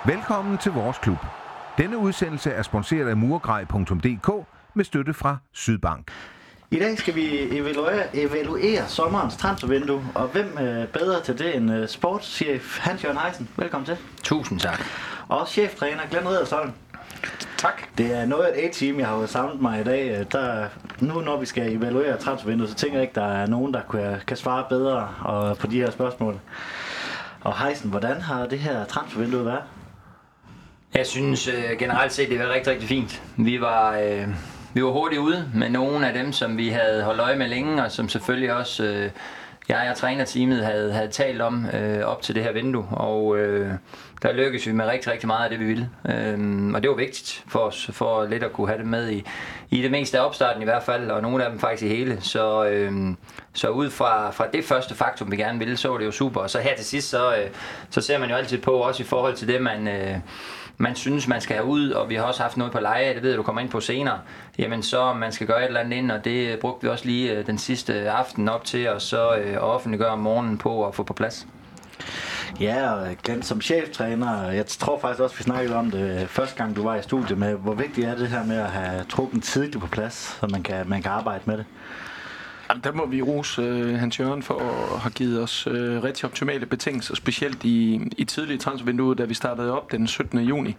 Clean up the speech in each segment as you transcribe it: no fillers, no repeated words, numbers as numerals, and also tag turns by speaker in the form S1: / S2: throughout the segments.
S1: Velkommen til vores klub. Denne udsendelse er sponsoreret af Murgrej.dk med støtte fra Sydbank.
S2: I dag skal vi evaluere sommerens transfervindue, og hvem bedre til det end sportschef Hans-Jørgen Heisen. Velkommen til.
S3: Tusind tak.
S2: Og cheftræner Glenn Riddersholm.
S4: Tak.
S2: Det er noget af et A-team, jeg har samlet mig i dag. Nu når vi skal evaluere transfervinduet, så tænker jeg ikke, der er nogen, der kan svare bedre på de her spørgsmål. Og Heisen, hvordan har det her transfervindue været?
S3: Jeg synes generelt set, det var rigtig, rigtig fint. Vi var hurtigt ude med nogle af dem, som vi havde holdt øje med længe, og som selvfølgelig også jeg og trænerteamet havde talt om op til det her vindue. Og der lykkedes vi med rigtig, rigtig meget af det, vi ville. Og det var vigtigt for os, for lidt at kunne have det med i det meste af opstarten i hvert fald, og nogle af dem faktisk i hele. Så ud fra det første faktum, vi gerne ville, så var det jo super. Og så her til sidst, så ser man jo altid på, også i forhold til det, man synes, man skal have ud, og vi har også haft noget på leje, det ved du kommer ind på senere, jamen så man skal gøre et eller andet ind, og det brugte vi også lige den sidste aften op til, og så offentliggøre om morgenen på at få på plads.
S2: Ja, og Glenn, som cheftræner, jeg tror faktisk også, vi snakkede om det første gang, du var i studiet med, hvor vigtigt er det her med at have truppen tidligt på plads, så man kan arbejde med det?
S4: Jamen, der må vi rose Hans Jørgen for at have givet os rigtig optimale betingelser, specielt i tidlige transfervinduet, da vi startede op den 17. juni.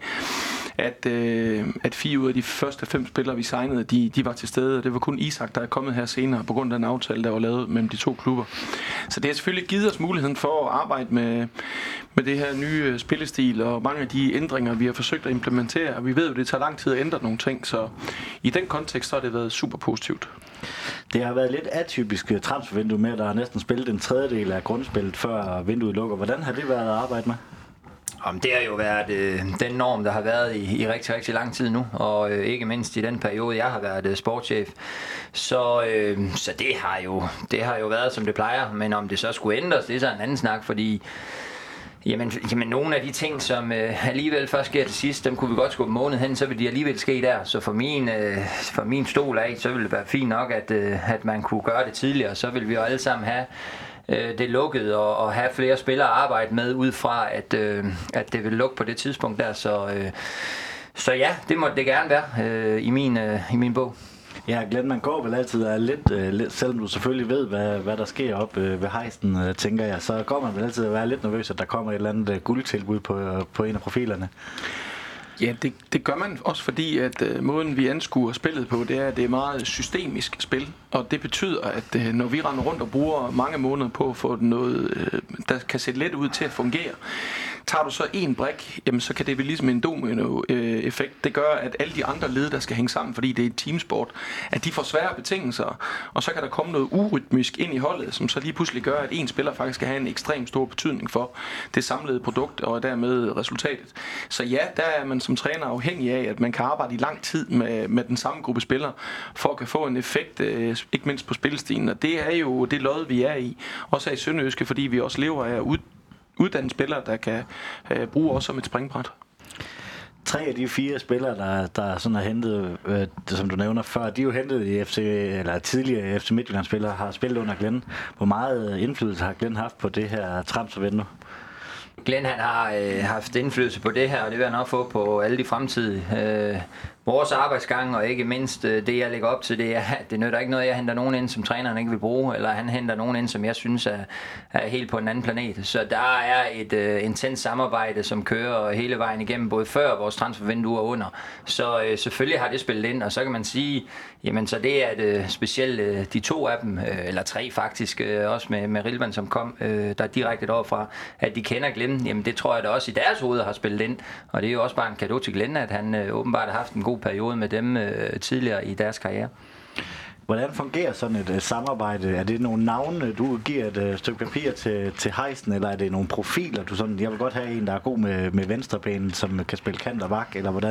S4: At 4 ud af de første 5 spillere, vi signede, de var til stede. Det var kun Isak, der er kommet her senere, på grund af den aftale, der var lavet mellem de to klubber. Så det har selvfølgelig givet os muligheden for at arbejde med det her nye spillestil, og mange af de ændringer, vi har forsøgt at implementere. Vi ved jo, det tager lang tid at ændre nogle ting, så i den kontekst så har det været super positivt.
S2: Det har været lidt atypisk transfervindue med, der har næsten spillet en tredjedel af grundspillet, før vinduet lukker. Hvordan har det været at arbejde med?
S3: Det har jo været den norm, der har været i rigtig, rigtig lang tid nu, og ikke mindst i den periode, jeg har været sportschef. Så det har jo været, som det plejer, men om det så skulle ændres, det er så en anden snak, fordi Jamen nogle af de ting, som alligevel først sker til sidst, dem kunne vi godt skubbe måned hen, så vil de alligevel ske der. Så for min stol af, så ville det være fint nok, at man kunne gøre det tidligere. Så vil vi jo alle sammen have det lukket og have flere spillere at arbejde med, ud fra at det vil lukke på det tidspunkt der. Så ja, det må det gerne være i min bog.
S2: Ja, Glenn, man går vel altid lidt, selvom du selvfølgelig ved, hvad der sker op ved Heisen, tænker jeg, så går man vel altid at være lidt nervøs, at der kommer et eller andet guldtilbud på en af profilerne.
S4: Ja, det gør man også, fordi at måden vi anskuer spillet på, det er meget systemisk spil, og det betyder, at når vi render rundt og bruger mange måneder på at få noget, der kan se let ud til at fungere, tager du så en brik, jamen så kan det vel ligesom en domino-effekt. Det gør, at alle de andre led, der skal hænge sammen, fordi det er et teamsport, at de får svære betingelser, og så kan der komme noget urytmisk ind i holdet, som så lige pludselig gør, at en spiller faktisk skal have en ekstremt stor betydning for det samlede produkt, og dermed resultatet. Så ja, der er man som træner afhængig af, at man kan arbejde i lang tid med den samme gruppe spillere, for at kan få en effekt, ikke mindst på spillestilen, og det er jo det lod, vi er i, også her i Sønderjyske, fordi vi også lever af at uddanne spillere, der kan bruge os som et springbræt.
S2: 3 af de 4 spillere, der sådan er hentet, som du nævner før, de er jo hentet i FC, eller tidligere FC Midtjylland-spillere, har spillet under Glenn. Hvor meget indflydelse har Glenn haft på det her transfervindue?
S3: Glenn han har haft indflydelse på det her, og det vil han nok få på alle de fremtidige. Vores arbejdsgang, og ikke mindst det, jeg lægger op til, det er, at det nytter ikke noget, jeg henter nogen ind, som træneren ikke vil bruge, eller han henter nogen ind, som jeg synes er helt på en anden planet. Så der er et intens samarbejde, som kører hele vejen igennem, både før vores transfervindue og under. Så selvfølgelig har det spillet ind, og så kan man sige, jamen så det er at specielt de 2 af dem, eller 3 faktisk, også med Rilvan, som kom der direkte et år fra, at de kender Glenn, jamen det tror jeg da også i deres hoveder har spillet ind, og det er jo også bare en cadeau til Glenn, at han åbenbart har haft en god periode med dem tidligere i deres karriere.
S2: Hvordan fungerer sådan et samarbejde? Er det nogle navne, du giver et stykke papir til Heisen, eller er det nogle profiler, du sådan, jeg vil godt have en, der er god med venstrebenet, som kan spille kant og vak, eller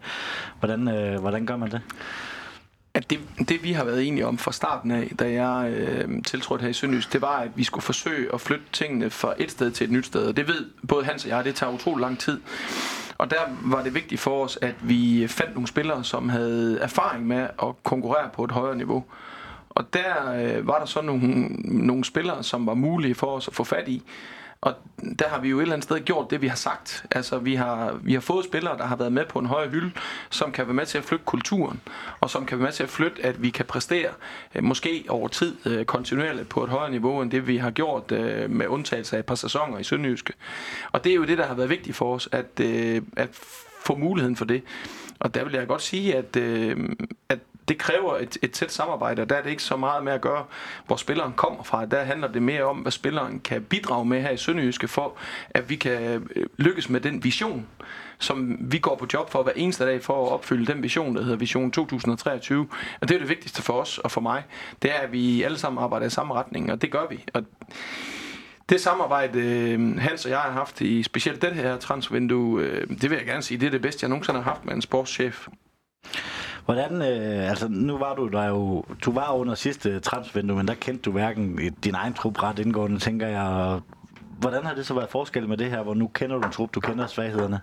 S2: hvordan gør man det?
S4: At det vi har været enige om fra starten af, da jeg tiltrådte her i Sønderjysk, det var, at vi skulle forsøge at flytte tingene fra et sted til et nyt sted. Og det ved både Hans og jeg, det tager utrolig lang tid. Og der var det vigtigt for os, at vi fandt nogle spillere, som havde erfaring med at konkurrere på et højere niveau. Og der var der så nogle spillere, som var mulige for os at få fat i. Og der har vi jo et eller andet sted gjort det, vi har sagt. Altså, vi har fået spillere, der har været med på en højere hylde, som kan være med til at flytte kulturen, og som kan være med til at flytte, at vi kan præstere, måske over tid, kontinuerligt på et højere niveau, end det vi har gjort med undtagelse af et par sæsoner i Sønderjyske. Og det er jo det, der har været vigtigt for os, at få muligheden for det. Og der vil jeg godt sige, at det kræver et tæt samarbejde, og der er det ikke så meget med at gøre, hvor spilleren kommer fra. Der handler det mere om, hvad spilleren kan bidrage med her i Sønderjyske, for at vi kan lykkes med den vision, som vi går på job for hver eneste dag, for at opfylde den vision, der hedder Vision 2023. Og det er det vigtigste for os og for mig. Det er, at vi alle sammen arbejder i samme retning, og det gør vi. Og det samarbejde, Hans og jeg har haft i specielt det her transfervindue, det vil jeg gerne sige, det er det bedste, jeg nogensinde har haft med en sportschef.
S2: Hvordan, altså nu var du der jo, du var under sidste transfervindue, men der kendte du hverken din egen trup ret indgående, tænker jeg. Hvordan har det så været forskel med det her, hvor nu kender du en trup, du kender svaghederne?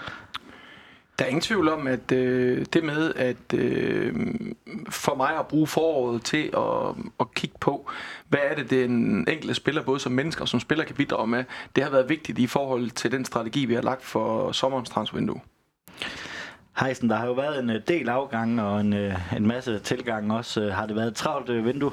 S4: Der er ingen tvivl om, at det med, at for mig at bruge foråret til at kigge på, hvad er det, den enkelte spiller, både som mennesker og som spiller, kan bidrage med, det har været vigtigt i forhold til den strategi, vi har lagt for sommerens transfervindue.
S2: Heisen, der har jo været en del afgange og en masse tilgange også. Har det været et travlt vindue?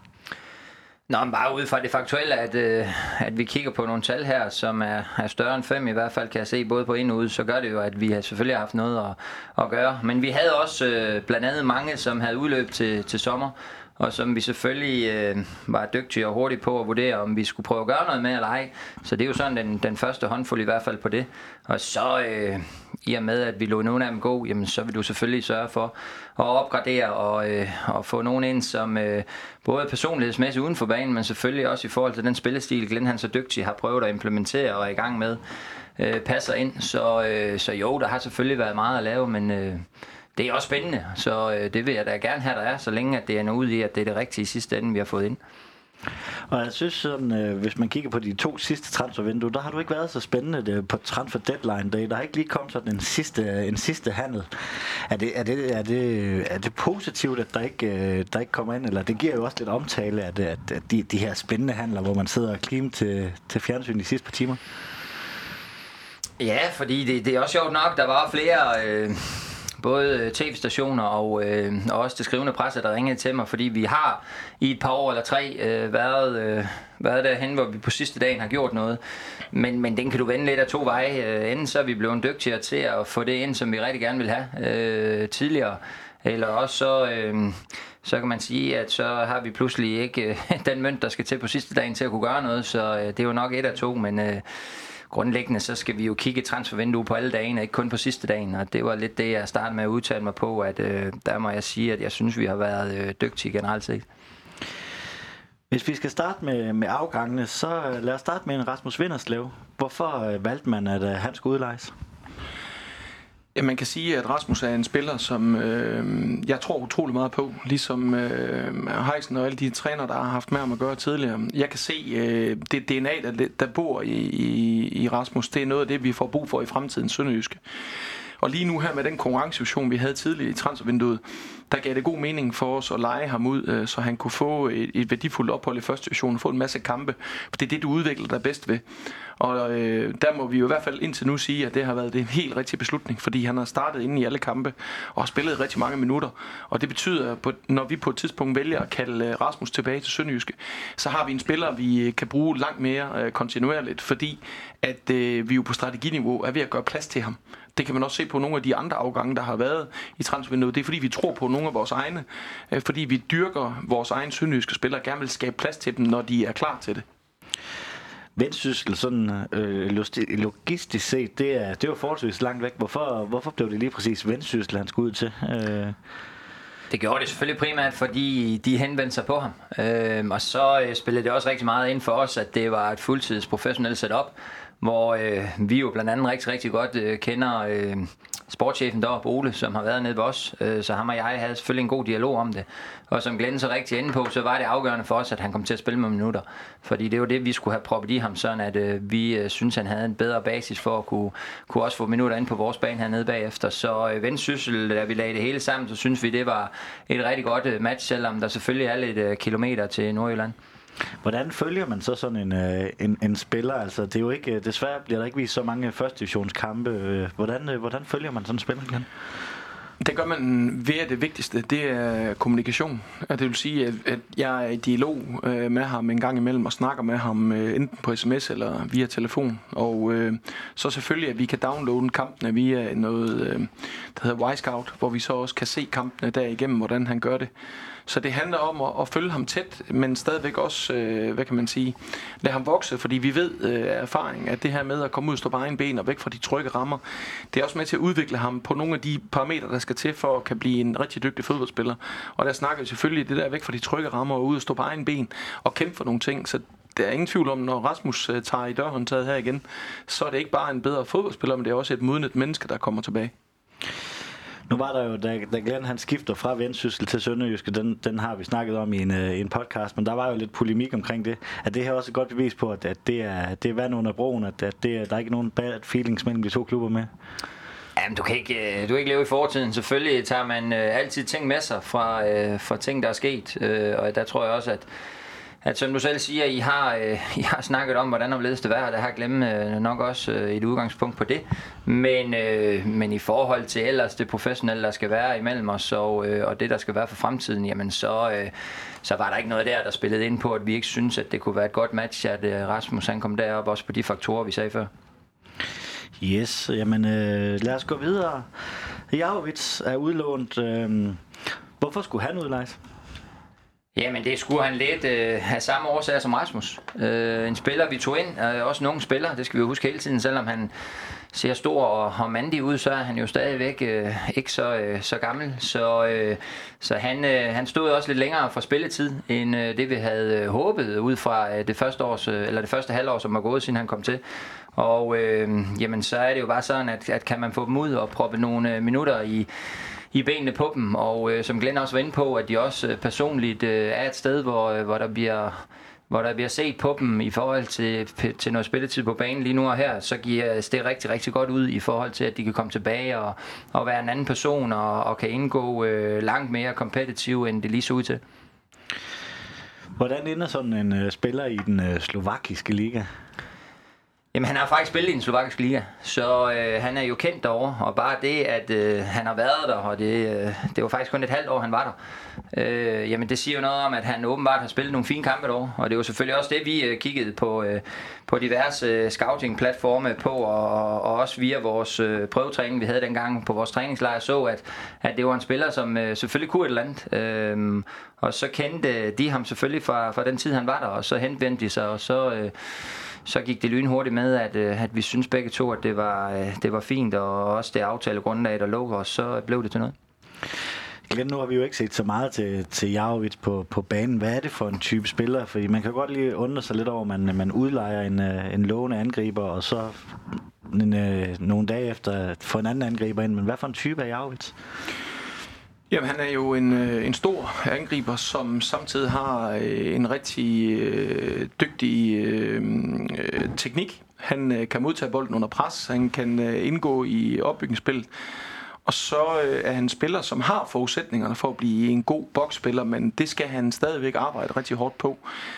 S3: Nå, men bare ud fra det faktuelle, at vi kigger på nogle tal her, som er større end 5 i hvert fald, kan jeg se både på ind og ud, så gør det jo, at vi har selvfølgelig haft noget at gøre. Men vi havde også blandt andet mange, som havde udløb til sommer, og som vi selvfølgelig var dygtige og hurtige på at vurdere, om vi skulle prøve at gøre noget med eller ej. Så det er jo sådan den første håndfuld i hvert fald på det. Og så i og med, at vi lod nogle af dem gå, jamen, så vil du selvfølgelig sørge for at opgradere og få nogen ind, som både personlighedsmæssigt uden for banen, men selvfølgelig også i forhold til den spillestil, Glenn han så dygtig har prøvet at implementere og er i gang med, passer ind. Så jo, der har selvfølgelig været meget at lave, men det er også spændende, så det vil jeg da gerne have, der er, så længe at det ender ud i, at det er det rigtige i sidste ende, vi har fået ind.
S2: Og jeg synes sådan, hvis man kigger på de 2 sidste transfervinduer, der har du ikke været så spændende på transfer deadline day. Der har ikke lige kommet sådan en sidste handel. Er det positivt, at der ikke kommer ind, eller det giver jo også lidt omtale, at de her spændende handler, hvor man sidder og klimer til fjernsyn de sidste par timer?
S3: Ja, fordi det er også sjovt nok, der var flere både tv-stationer og også det skrivende presse, der ringede til mig, fordi vi har i et par år eller 3 været derhen, hvor vi på sidste dagen har gjort noget. Men den kan du vende lidt af 2 veje. Enten så er vi blevet dygtigere til at få det ind, som vi rigtig gerne vil have tidligere, eller også så kan man sige, at så har vi pludselig ikke den mønt, der skal til på sidste dagen til at kunne gøre noget, så det er jo nok 1 af 2, men grundlæggende så skal vi jo kigge transfervindue på alle dagene, ikke kun på sidste dagen, og det var lidt det, jeg startede med at udtale mig på, at der må jeg sige, at jeg synes, vi har været dygtige generelt set.
S2: Hvis vi skal starte med afgangene, så lad os starte med en Rasmus Vinderslev. Hvorfor valgte man, at han skulle udlejes?
S4: Ja, man kan sige, at Rasmus er en spiller, som jeg tror utrolig meget på, ligesom Heisen og alle de trænere, der har haft med ham at gøre tidligere. Jeg kan se, det DNA, der bor i Rasmus, det er noget af det, vi får brug for i fremtidens Sønderjyske. Og lige nu her med den konkurrencesituation, vi havde tidligere i transfervinduet, der gav det god mening for os at lege ham ud, så han kunne få et værdifuldt ophold i første division og få en masse kampe. For det er det, du udvikler dig bedst ved. Og der må vi jo i hvert fald indtil nu sige, at det har været en helt rigtig beslutning, fordi han har startet inde i alle kampe og har spillet rigtig mange minutter. Og det betyder, at når vi på et tidspunkt vælger at kalde Rasmus tilbage til Sønderjyske, så har vi en spiller, vi kan bruge langt mere kontinuerligt, fordi at vi jo på strateginiveau er ved at gøre plads til ham. Det kan man også se på nogle af de andre afgange, der har været i transfervinduet. Det er fordi, vi tror på nogle af vores egne, fordi vi dyrker vores egen sønderjyske spillere og gerne vil skabe plads til dem, når de er klar til det.
S2: Vendsyssel, sådan logistisk set, det er jo forholdsvis langt væk. Hvorfor blev det lige præcis Vendsyssel, han skulle ud til?
S3: Det gjorde det selvfølgelig primært, fordi de henvendte sig på ham. Og så spillede det også rigtig meget ind for os, at det var et fuldtids professionelt setup, hvor vi jo blandt andet rigtig, rigtig godt kender sportschefen deroppe, Ole, som har været nede ved os. Så ham og jeg havde selvfølgelig en god dialog om det. Og som Glenn så rigtig inde på, så var det afgørende for os, at han kom til at spille med minutter. Fordi det var det, vi skulle have proppet i ham, sådan at vi synes, han havde en bedre basis for at kunne også få minutter ind på vores bane hernede bagefter. Så Vendsyssel, da vi lagde det hele sammen, så synes vi, det var et rigtig godt match, selvom der selvfølgelig er lidt kilometer til Nordjylland.
S2: Hvordan følger man så sådan en spiller? Altså, det er jo ikke, desværre bliver der ikke vist så mange første divisionskampe. Hvordan følger man sådan en spiller igen?
S4: Det gør man ved, at det vigtigste, det er kommunikation. Det vil sige, at jeg er i dialog med ham en gang imellem og snakker med ham enten på sms eller via telefon. Og så selvfølgelig, at vi kan downloade kampene via noget, der hedder Y-Scout, hvor vi så også kan se kampene derigennem, hvordan han gør det. Så det handler om at følge ham tæt, men stadigvæk også, hvad kan man sige, lade ham vokse, fordi vi ved af erfaring, at det her med at komme ud og stå på egen ben og væk fra de trygge rammer, det er også med til at udvikle ham på nogle af de parametre, der skal til for at kan blive en rigtig dygtig fodboldspiller. Og der snakker vi selvfølgelig det der væk fra de trygge rammer og ud og stå på egen ben og kæmpe for nogle ting. Så der er ingen tvivl om, når Rasmus tager i dørhåndtaget her igen, så er det ikke bare en bedre fodboldspiller, men det er også et modnet menneske, der kommer tilbage.
S2: Nu var der jo, da Glenn han skifter fra Vendsyssel til Sønderjyske, den har vi snakket om i en podcast, men der var jo lidt polemik omkring det. At det her også et godt bevis på, at det er vand under broen, at der er ikke nogen bad feelings mellem de to klubber med?
S3: Jamen, du kan ikke leve i fortiden. Selvfølgelig tager man altid ting med sig fra ting, der er sket. Og der tror jeg også, at som du selv siger, I har snakket om, hvordan omledes det var, og der har glemt nok også et udgangspunkt på det. Men i forhold til ellers det professionelle, der skal være imellem os, og det, der skal være for fremtiden, jamen så var der ikke noget der spillede ind på, at vi ikke synes, at det kunne være et godt match, at Rasmus han kom derop, også på de faktorer, vi sagde før.
S2: Yes, jamen lad os gå videre. Jahovic er udlånt. Hvorfor skulle han udlejes?
S3: Jamen det skulle han lidt af samme årsager som Rasmus. En spiller vi tog ind, også en ung spiller, det skal vi huske hele tiden, selvom han ser stor og mandig ud, så er han jo stadigvæk ikke så gammel. Så han stod også lidt længere fra spilletid, end det vi havde håbet ud fra det første halvår, som var gået, siden han kom til. Og jamen så er det jo bare sådan, at kan man få dem ud og proppe nogle minutter i benene på dem, og som Glenn også var inde på, at de også personligt er et sted, hvor der bliver set på dem i forhold til noget spilletid på banen lige nu og her, så giver det rigtig, rigtig godt ud i forhold til, at de kan komme tilbage og være en anden person og kan indgå langt mere kompetitiv, end det lige så ud til.
S2: Hvordan ender sådan en spiller i den slovakiske liga?
S3: Jamen han har faktisk spillet i den slovakiske liga, så han er jo kendt derovre, og bare det, at han har været der, og det var faktisk kun et halvt år, han var der, jamen det siger jo noget om, at han åbenbart har spillet nogle fine kampe derovre, og det var selvfølgelig også det, vi kiggede på diverse scouting-platforme på, og også via vores prøvetræning, vi havde dengang på vores træningslejr, så at det var en spiller, som selvfølgelig kunne et eller andet, og så kendte de ham selvfølgelig fra den tid, han var der, og så henvendte de sig, og så gik det lynhurtigt med, at vi synes begge to, at det var fint, og også det aftalegrundlag, der lå, og så blev det til noget.
S2: Igen, nu har vi jo ikke set så meget til Jahovic på banen. Hvad er det for en type spiller? Fordi man kan godt lige undre sig lidt over, at man udlejer en lovende angriber, og så nogle dage efter får en anden angriber ind. Men hvad for en type er Jahovic?
S4: Jamen, han er jo en stor angriber, som samtidig har en rigtig dygtig teknik. Han kan modtage bolden under pres, han kan indgå i opbygningsspillet. Og så er han en spiller, som har forudsætningerne for at blive en god boksspiller, men det skal han stadigvæk arbejde rigtig hårdt på.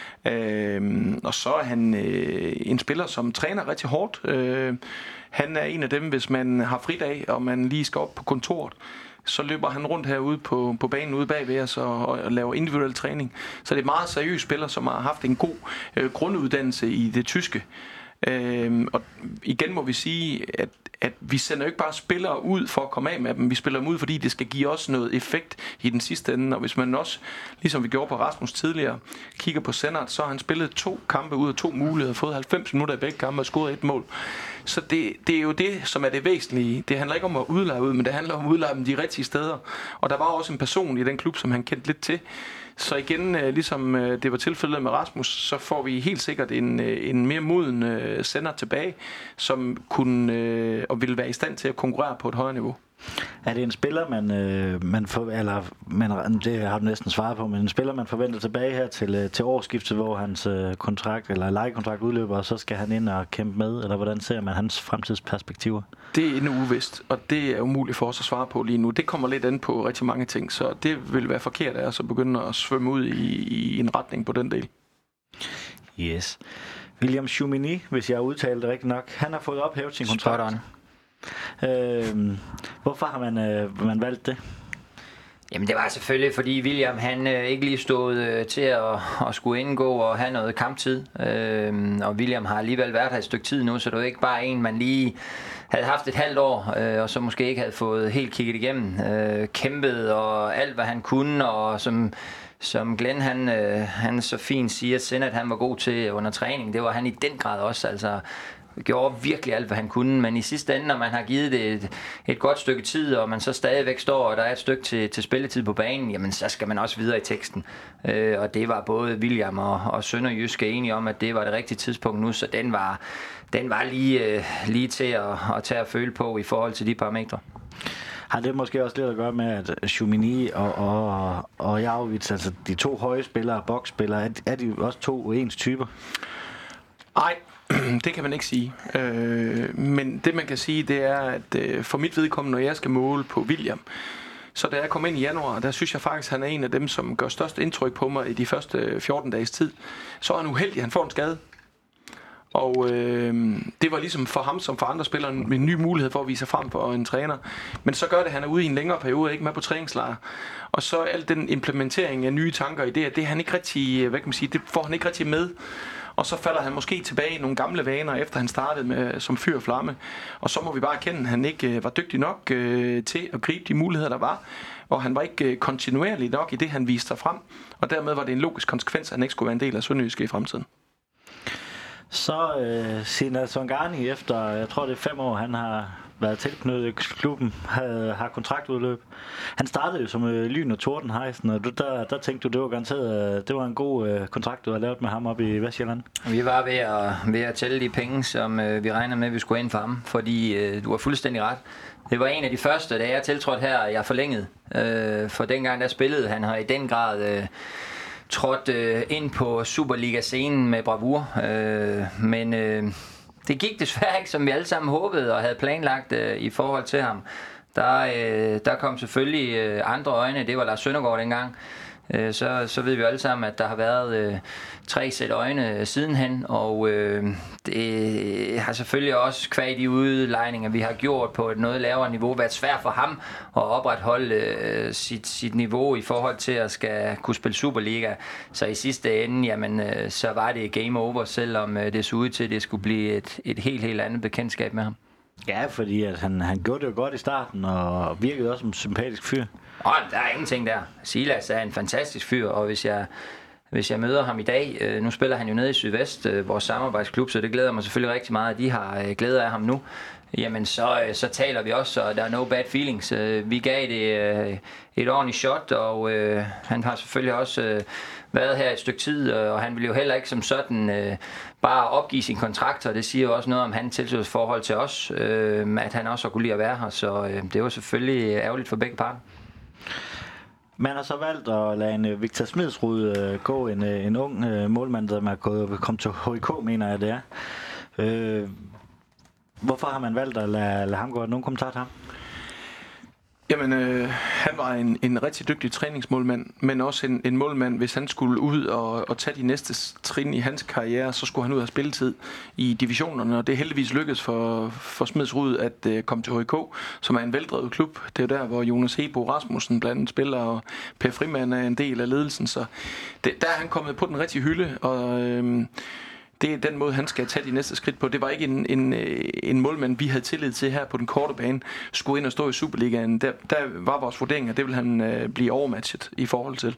S4: Og så er han en spiller, som træner rigtig hårdt. Han er en af dem, hvis man har fridag, og man lige skal op på kontoret, så løber han rundt herude på banen ude bagved os og laver individuel træning. Så det er et meget seriøst spiller, som har haft en god grunduddannelse i det tyske. Og igen må vi sige, at vi sender jo ikke bare spillere ud for at komme af med dem. Vi spiller dem ud, fordi det skal give os noget effekt i den sidste ende. Og hvis man også, ligesom vi gjorde på Rasmus tidligere, kigger på Sennert, så har han spillet 2 kampe ud af 2 muligheder, fået 90 minutter i begge kampe og scoret 1 mål. Så det er jo det, som er det væsentlige. Det handler ikke om at udleje ud, men det handler om at udleje dem de rigtige steder. Og der var også en person i den klub, som han kendte lidt til. Så igen, ligesom det var tilfældet med Rasmus, så får vi helt sikkert en mere moden sender tilbage, som kunne og ville være i stand til at konkurrere på et højere niveau.
S2: Er det en spiller, det har du næsten svaret på, men en spiller, man forventer tilbage her til årsskiftet, hvor hans kontrakt eller lejekontrakt udløber, og så skal han ind og kæmpe med, eller hvordan ser man hans fremtidsperspektiver?
S4: Det er endnu uvist, og det er umuligt for os at svare på lige nu. Det kommer lidt an på rigtig mange ting, så det vil være forkert af os at begynde at svømme ud i en retning på den del.
S2: Yes. William Tchouameni, hvis jeg har udtalt det rigtigt nok, han har fået ophævet sin kontrakt. Hvorfor har man valgt det?
S3: Jamen det var selvfølgelig, fordi William han ikke lige stod til at skulle indgå og have noget kamptid. Og William har alligevel været her et stykke tid nu, så det var ikke bare en, man lige havde haft et halvt år, og så måske ikke havde fået helt kigget igennem. Kæmpet og alt, hvad han kunne, og som Glenn han så fint siger, Senat han var god til under træning. Det var han i den grad også, altså gjorde virkelig alt, hvad han kunne, men i sidste ende, når man har givet det et godt stykke tid, og man så stadigvæk står, og der er et stykke til spilletid på banen, jamen så skal man også videre i teksten. Og det var både William og Sønderjyske enige om, at det var det rigtige tidspunkt nu, så den var lige til at tage at føle på i forhold til de parametre.
S2: Har det måske også lidt at gøre med, at Tchouameni og Jarowitz, altså de to høje spillere, boksspillere, er de også to ens typer?
S4: Nej, det kan man ikke sige. Men det man kan sige, det er, at for mit vedkommende, når jeg skal måle på William, så da jeg kom ind i januar, der synes jeg faktisk, at han er en af dem, som gør størst indtryk på mig i de første 14 dages tid. Så er han uheldig, han får en skade. Og det var ligesom for ham som for andre spillere en ny mulighed for at vise sig frem for en træner. Men så gør det, at han er ude i en længere periode, ikke med på træningslejr. Og så al den implementering af nye tanker og idéer, det er han ikke rigtig, hvad kan man sige, det får han ikke rigtig med. Og så falder han måske tilbage i nogle gamle vaner, efter han startede med som fyr og flamme. Og så må vi bare erkende, at han ikke var dygtig nok til at gribe de muligheder, der var. Og han var ikke kontinuerlig nok i det, han viste sig frem. Og dermed var det en logisk konsekvens, at han ikke skulle være en del af Sønderjyske i fremtiden.
S2: Så Sina Songani, efter, jeg tror det er 5 år, han har været tilknyttet klubben, har kontraktudløb. Han startede jo som lyn og tordenhejsen, og der tænkte du, det var garanteret, det var en god kontrakt, du har lavet med ham op i Vestjylland.
S3: Vi var ved at tælle de penge, som vi regnede med, at vi skulle ind for ham, fordi du har fuldstændig ret. Det var en af de første, da jeg tiltrådte her, jeg forlængede. For dengang der spillede han har i den grad trådt ind på Superliga-scenen med bravur. Men det gik desværre ikke, som vi alle sammen håbede og havde planlagt i forhold til ham. Der kom selvfølgelig andre øjne. Det var Lars Søndergaard dengang. Så ved vi jo alle sammen, at der har været 3 sæt øjne sidenhen, og det har selvfølgelig også kvad de udlejninger, vi har gjort på et noget lavere niveau, været svært for ham at opretholde sit niveau i forhold til at skal kunne spille Superliga. Så i sidste ende, jamen, så var det game over, selvom det så ud til, at det skulle blive et helt andet bekendtskab med ham.
S2: Ja, fordi at han gjorde det jo godt i starten, og virkede også som en sympatisk fyr.
S3: Der er ingenting der. Silas er en fantastisk fyr, og hvis jeg møder ham i dag, nu spiller han jo nede i Sydvest, vores samarbejdsklub, så det glæder mig selvfølgelig rigtig meget, at de har glæde af ham nu. Jamen så taler vi også, og der er no bad feelings. Vi gav det et ordentligt shot, og han har selvfølgelig også været her et stykke tid, og han vil jo heller ikke som sådan bare opgive sin kontrakt, og det siger jo også noget om hans tilsøgsforhold til os, at han også har kunne lide at være her, så det var selvfølgelig ærgerligt for begge parter.
S2: Man har så valgt at lade en Victor Smedsrud gå, en ung målmand, der er kommet til HIK, mener jeg det er. Hvorfor har man valgt at lade ham gå? Nogen kommentar til ham?
S4: Jamen, han var en rigtig dygtig træningsmålmand, men også en målmand, hvis han skulle ud og tage de næste trin i hans karriere, så skulle han ud og have spilletid i divisionerne, og det er heldigvis lykkedes for Smedsrud at komme til HIK, som er en veldrevet klub. Det er der, hvor Jonas Hebo Rasmussen blandt andet spiller, og Per Frimand er en del af ledelsen, så der er han kommet på den rigtige hylde, og det er den måde, han skal tage de næste skridt på. Det var ikke en målmand, vi havde tillid til her på den korte bane, skulle ind og stå i Superligaen. Der var vores vurdering, at det ville han blive overmatchet i forhold til.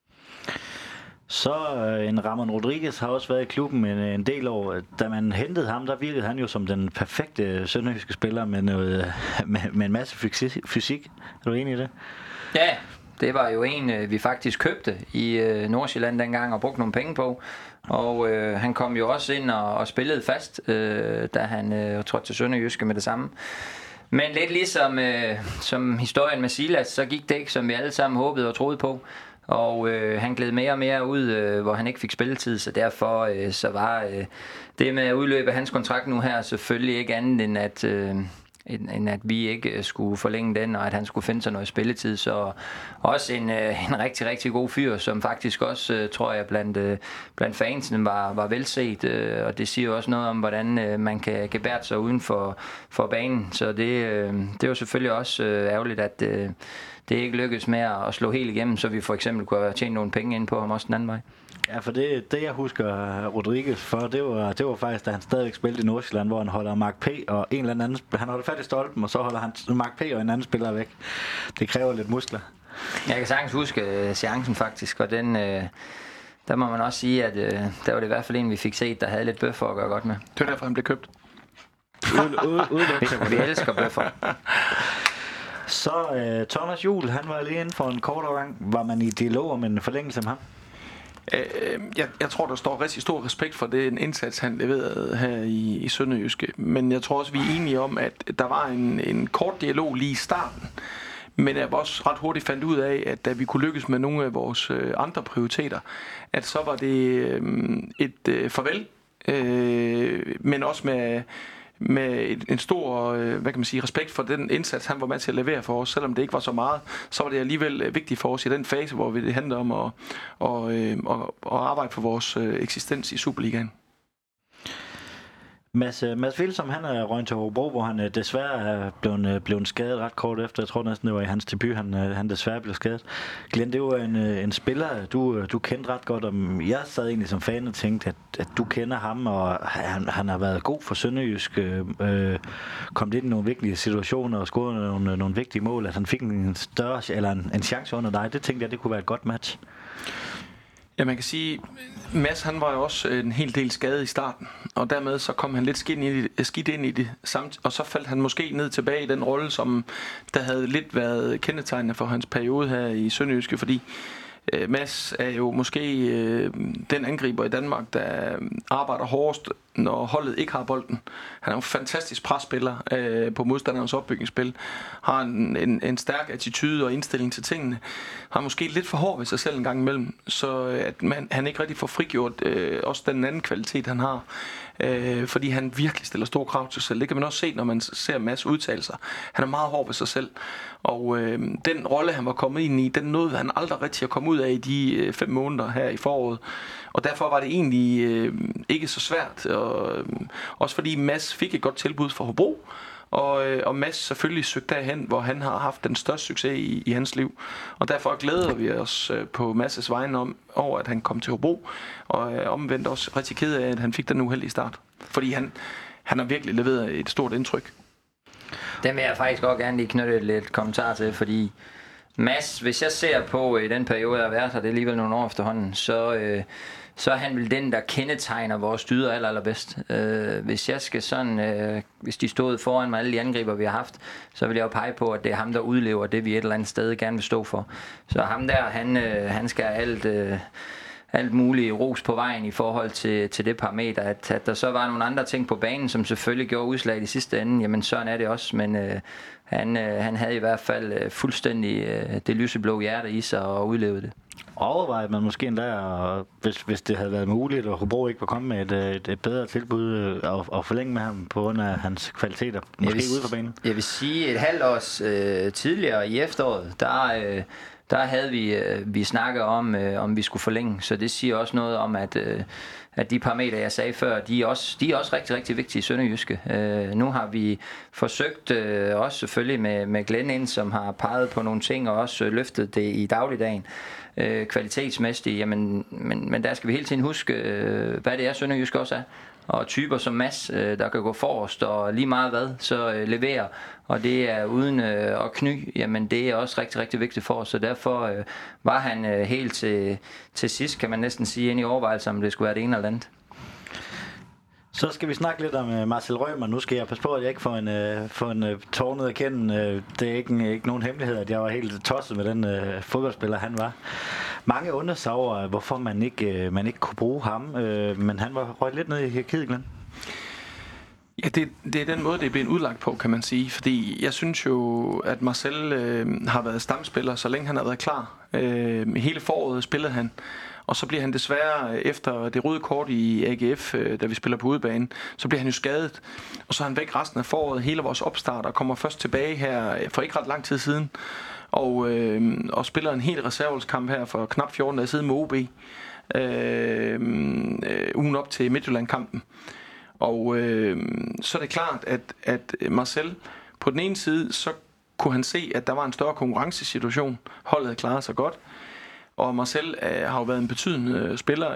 S2: Så en Ramon Rodriguez har også været i klubben en del år. Da man hentede ham, der virkede han jo som den perfekte sønderjyske spiller med en masse fysik. Er du enig i det? Ja.
S3: Det var jo en, vi faktisk købte i Nordsjælland dengang og brugte nogle penge på. Og han kom jo også ind og spillede fast, da han trådte til Sønderjyske med det samme. Men lidt ligesom som historien med Silas, så gik det ikke, som vi alle sammen håbede og troede på. Og han gled mere og mere ud, hvor han ikke fik spilletid, så derfor så var det med at udløbe hans kontrakt nu her selvfølgelig ikke andet end end at vi ikke skulle forlænge den, og at han skulle finde sig noget spilletid. Så også en rigtig, rigtig god fyr, som faktisk også, tror jeg, blandt fansene var velset, og det siger også noget om, hvordan man kan gebære sig uden for banen. Så det var selvfølgelig også ærgerligt, at det ikke lykkedes med at slå helt igennem, så vi for eksempel kunne have tjent nogle penge ind på ham også den anden vej.
S2: Ja, for det jeg husker Rodriguez for, det var faktisk, da han stadigvæk spillede i Nordsjælland, hvor han holder Mark P. og en eller anden, han holder fat i stolpen, og så holder han Mark P. og en anden spiller væk. Det kræver lidt muskler.
S3: Jeg kan sagtens huske chancen faktisk, og den, der må man også sige, at der var det i hvert fald en, vi fik set, der havde lidt bøffer at gøre godt med.
S4: Det var derfor, han blev købt.
S3: Vi elsker bøffer.
S2: Så Thomas Juhl, han var lige inde for en kort overgang. Var man i dialog om en forlængelse med ham?
S4: Jeg tror, der står rigtig stor respekt for den indsats, han leverede her i Sønderjyske. Men jeg tror også, vi er enige om, at der var en kort dialog lige i starten. Men jeg også ret hurtigt fandt ud af, at da vi kunne lykkes med nogle af vores andre prioriteter, at så var det et farvel, men også med en stor, hvad kan man sige, respekt for den indsats, han var med til at levere for os. Selvom det ikke var så meget, så var det alligevel vigtigt for os i den fase, hvor det handlede om at arbejde for vores eksistens i Superligaen.
S2: Mads Vilsom, han er røget til Hobro, hvor han desværre er blevet skadet ret kort efter. Jeg tror næsten, det var i hans debut, han desværre blev skadet. Glenn, det var en spiller, du kendte ret godt. Og jeg sad egentlig som fan og tænkte, at du kender ham, og han har været god for Sønderjysk. Kom lidt i nogle vigtige situationer og scorede nogle vigtige mål. At han fik en større, eller en chance under dig. Det tænkte jeg, det kunne være et godt match.
S4: Ja, man kan sige, Mads, han var jo også en hel del skadet i starten, og dermed så kom han lidt skidt ind i det, og så faldt han måske ned tilbage i den rolle, som der havde lidt været kendetegnende for hans periode her i Sønderjyske, fordi Mads er jo måske den angriber i Danmark, der arbejder hårdest, når holdet ikke har bolden. Han er jo en fantastisk presspiller på modstanderens opbygningsspil. Har en stærk attitude og indstilling til tingene. Har måske lidt for hård ved sig selv en gang imellem, så at han ikke rigtig får frigjort også den anden kvalitet, han har. Fordi han virkelig stiller store krav til sig selv. Det kan man også se, når man ser Mads udtale sig. Han er meget hård ved sig selv. Og den rolle, han var kommet ind i, den nåede han aldrig rigtig at komme ud af i de 5 måneder her i foråret. Og derfor var det egentlig ikke så svært. Også fordi Mads fik et godt tilbud fra Hobro. Og Mads selvfølgelig søgte derhen, hvor han har haft den største succes i hans liv. Og derfor glæder vi os på Mads' vegne over, at han kom til Hobro. Og omvendt også rigtig ked af, at han fik den uheldige start. Fordi han har virkelig leveret et stort indtryk.
S3: Den vil jeg faktisk også gerne lige knytte lidt kommentar til, fordi Mads, hvis jeg ser på i den periode, jeg har været her, det er alligevel nogle år efterhånden, så er han vel den, der kendetegner vores dyder allerbedst. Hvis jeg skal sådan, hvis de stod foran mig, alle de angriber, vi har haft, så vil jeg jo pege på, at det er ham, der udlever det, vi et eller andet sted gerne vil stå for. Så ham der, han skal alt muligt ros på vejen i forhold til det parameter, at der så var nogle andre ting på banen, som selvfølgelig gjorde udslag i sidste ende, jamen sådan er det også, men han havde i hvert fald fuldstændig det lyseblå hjerte i sig og udlevede det.
S2: Overvejede man måske endda, hvis det havde været muligt, og Hobro ikke var kommet med et bedre tilbud og forlænge med ham på grund af hans kvaliteter, måske ude for banen? Jeg
S3: vil sige, et halvt års tidligere i efteråret, der havde vi snakket om vi skulle forlænge, så det siger også noget om, at de parametre, jeg sagde før, de er også rigtig, rigtig vigtige i Sønderjyske. Nu har vi forsøgt, også selvfølgelig med Glenn ind, som har peget på nogle ting, og også løftet det i dagligdagen, kvalitetsmæssigt, jamen, men der skal vi hele tiden huske, hvad det er, Sønderjyske også er. Og typer som Mads, der kan gå forrest og lige meget hvad, så leverer. Og det er uden at kny, jamen det er også rigtig, rigtig vigtigt for os. Så derfor var han helt til sidst, kan man næsten sige, ind i overvejelsen, om det skulle være det ene eller andet.
S2: Så skal vi snakke lidt om Marcel Rømer. Nu skal jeg passe på, at jeg ikke får en tårnet at kende. Det er ikke nogen hemmelighed, at jeg var helt tosset med den fodboldspiller, han var. Mange undrer sig over, hvorfor man ikke kunne bruge ham, men han var røget lidt ned i hierarkiet, Glenn.
S4: Ja, det er den måde, det er blevet udlagt på, kan man sige. Fordi jeg synes jo, at Marcel har været stamspiller, så længe han har været klar. Hele foråret spillede han. Og så bliver han desværre, efter det røde kort i AGF, da vi spiller på udebane, så bliver han jo skadet. Og så er han væk resten af foråret, hele vores opstart, og kommer først tilbage her for ikke ret lang tid siden. Og spiller en hel reservelskamp her for knap 14 dage siden med OB. Ugen op til Midtjylland-kampen. Og så er det klart, at Marcel på den ene side, så kunne han se, at der var en større konkurrencesituation. Holdet klarede sig godt. Og Marcel har jo været en betydende spiller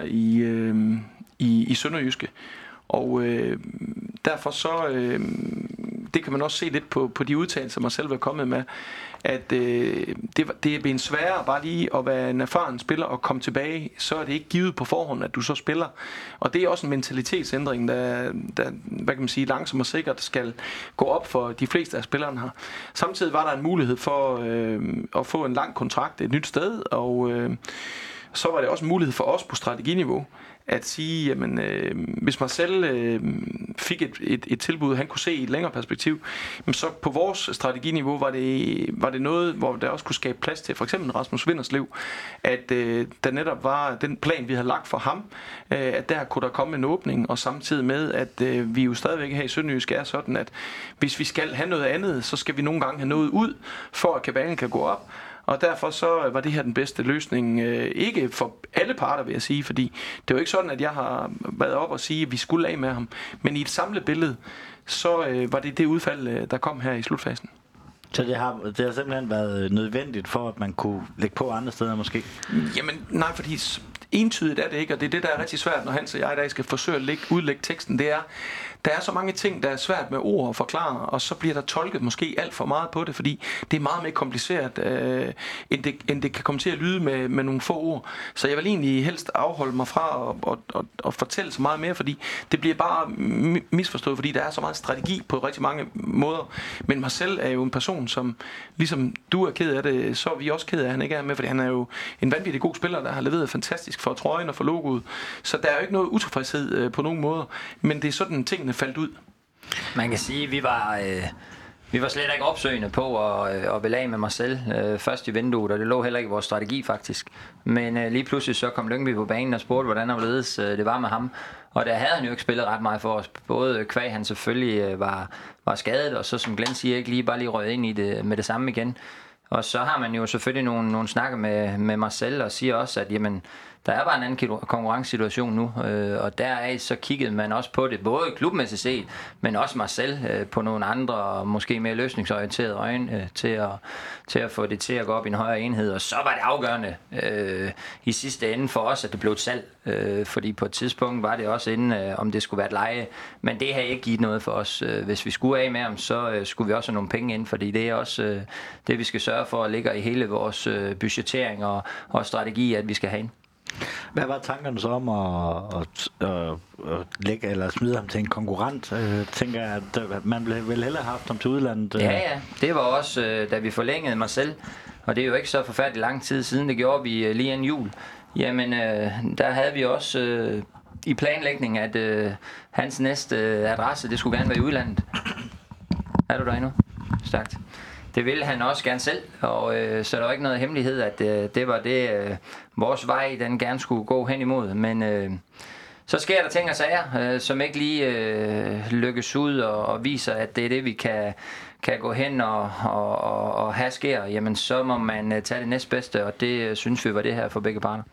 S4: i Sønderjyske. Og derfor så, det kan man også se lidt på de udtalelser, Marcel var kommet med, at det er blevet sværere bare lige at være en erfaren spiller og komme tilbage, så er det ikke givet på forhånd, at du så spiller. Og det er også en mentalitetsændring, der hvad kan man sige, langsomt og sikkert skal gå op for de fleste af spillerne her. Samtidig var der en mulighed for at få en lang kontrakt et nyt sted, og så var det også en mulighed for os på strateginiveau at sige, jamen, hvis Marcel fik et tilbud, han kunne se i et længere perspektiv, så på vores strateginiveau var det noget, hvor der også kunne skabe plads til for eksempel Rasmus Vinderslev, at der netop var den plan, vi havde lagt for ham, at der kunne der komme en åbning, og samtidig med, at vi jo stadigvæk her i Sønderjysk er sådan, at hvis vi skal have noget andet, så skal vi nogle gange have noget ud, for at kabalen kan gå op. Og derfor så var det her den bedste løsning, ikke for alle parter, vil jeg sige, fordi det er jo ikke sådan, at jeg har været op og sige, at vi skulle af med ham. Men i et samlet billede, så var det udfald, der kom her i slutfasen.
S2: Så det har simpelthen været nødvendigt for, at man kunne lægge på andre steder måske?
S4: Jamen nej, fordi entydigt er det ikke, og det er det, der er rigtig svært, når Hans og jeg i dag skal forsøge at udlægge teksten, det er, der er så mange ting, der er svært med ord at forklare, og så bliver der tolket måske alt for meget på det, fordi det er meget mere kompliceret, end det kan komme til at lyde med nogle få ord. Så jeg vil egentlig helst afholde mig fra at fortælle så meget mere, fordi det bliver bare misforstået, fordi der er så meget strategi på rigtig mange måder. Men Marcel er jo en person, som ligesom du er ked af det, så er vi også ked af, at han ikke er med, fordi han er jo en vanvittig god spiller, der har leveret fantastisk for trøjen og for logoet. Så der er jo ikke noget utilfredshed på nogen måder, men det er sådan tingene faldt ud.
S3: Man kan sige, at vi var slet ikke opsøgende på at ville af med Marcel først i vinduet, og det lå heller ikke i vores strategi faktisk. Men lige pludselig så kom Lyngby på banen og spurgte, hvordan det var med ham. Og der havde han jo ikke spillet ret meget for os. Både kvæg han selvfølgelig var skadet, og så som Glenn siger, ikke bare lige røget ind i det med det samme igen. Og så har man jo selvfølgelig nogle snakke med Marcel og siger også, at jamen, der er bare en anden konkurrencesituation nu, og deraf så kiggede man også på det, både klubmæssigt set, men også Marcel på nogle andre, måske mere løsningsorienterede øjne, til at få det til at gå op i en højere enhed. Og så var det afgørende i sidste ende for os, at det blev et salg, fordi på et tidspunkt var det også inden, om det skulle være et leje, men det havde ikke givet noget for os. Hvis vi skulle af med ham, så skulle vi også have nogle penge ind, fordi det er også det, vi skal sørge for at ligge i hele vores budgettering og strategi, at vi skal have ind.
S2: Hvad var tankerne så om at lægge eller smide ham til en konkurrent? Tænker jeg, at man ville hellere have haft ham til udlandet?
S3: Ja, det var også, da vi forlængede Marcel, og det er jo ikke så forfærdeligt lang tid siden, det gjorde vi lige inden jul. Jamen, der havde vi også i planlægning, at hans næste adresse, det skulle gerne være i udlandet. Er du der endnu? Stærkt. Det ville han også gerne selv, og så der var ikke noget hemmelighed, at det var det, vores vej, den gerne skulle gå hen imod. Men så sker der ting og sager, som ikke lige lykkes ud og viser, at det er det, vi kan gå hen og have sker. Jamen, så må man tage det næstbedste, og det synes vi var det her for begge parter.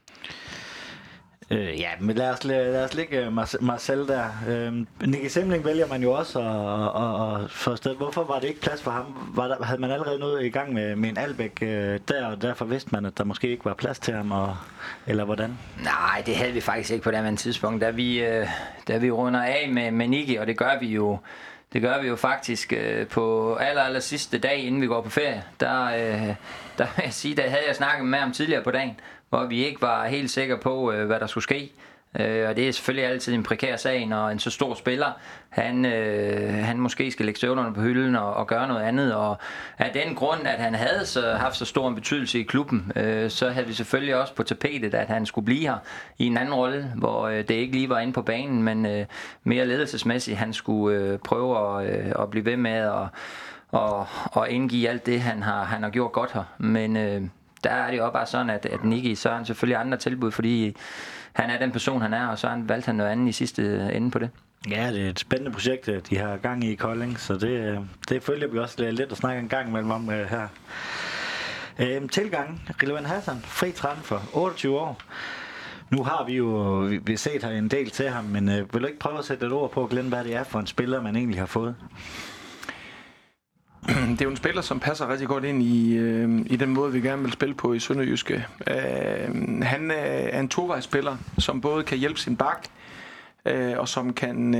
S2: Ja, men lad os lægge Marcel der. Nicky Semling vælger man jo også at få afsted. Hvorfor var det ikke plads for ham? Havde man allerede noget i gang med en Albæk der, og derfor vidste man, at der måske ikke var plads til ham, eller hvordan?
S3: Nej, det havde vi faktisk ikke på det andet tidspunkt. Da vi runder af med Nicky, og det gør vi jo faktisk på aller sidste dag, inden vi går på ferie. Der vil jeg sige, der havde jeg snakket med ham tidligere på dagen, hvor vi ikke var helt sikre på, hvad der skulle ske. Og det er selvfølgelig altid en prekær sag, når en så stor spiller, han måske skal lægge støvlerne på hylden og gøre noget andet. Og af den grund, at han havde haft så stor en betydelse i klubben, så havde vi selvfølgelig også på tapetet, at han skulle blive her i en anden rolle, hvor det ikke lige var inde på banen, men mere ledelsesmæssigt, han skulle prøve at blive ved med og indgive alt det, han har gjort godt her. Men der er det jo bare sådan, at Nicky, så har han selvfølgelig andre tilbud, fordi han er den person, han er, og så valgte han noget andet i sidste ende på det.
S2: Ja, det er et spændende projekt, de har gang i Kolding, så det følger vi også lidt at snakke en gang imellem om her. Tilgang, Rilvan Hassan, fri transfer, 28 år. Nu har vi jo vi set her en del til ham, men vil du ikke prøve at sætte et ord på, Glenn, hvad det er for en spiller, man egentlig har fået?
S4: Det er jo en spiller, som passer rigtig godt ind i den måde, vi gerne vil spille på i Sønderjyske. Han er en tovejsspiller, som både kan hjælpe sin bak, og som kan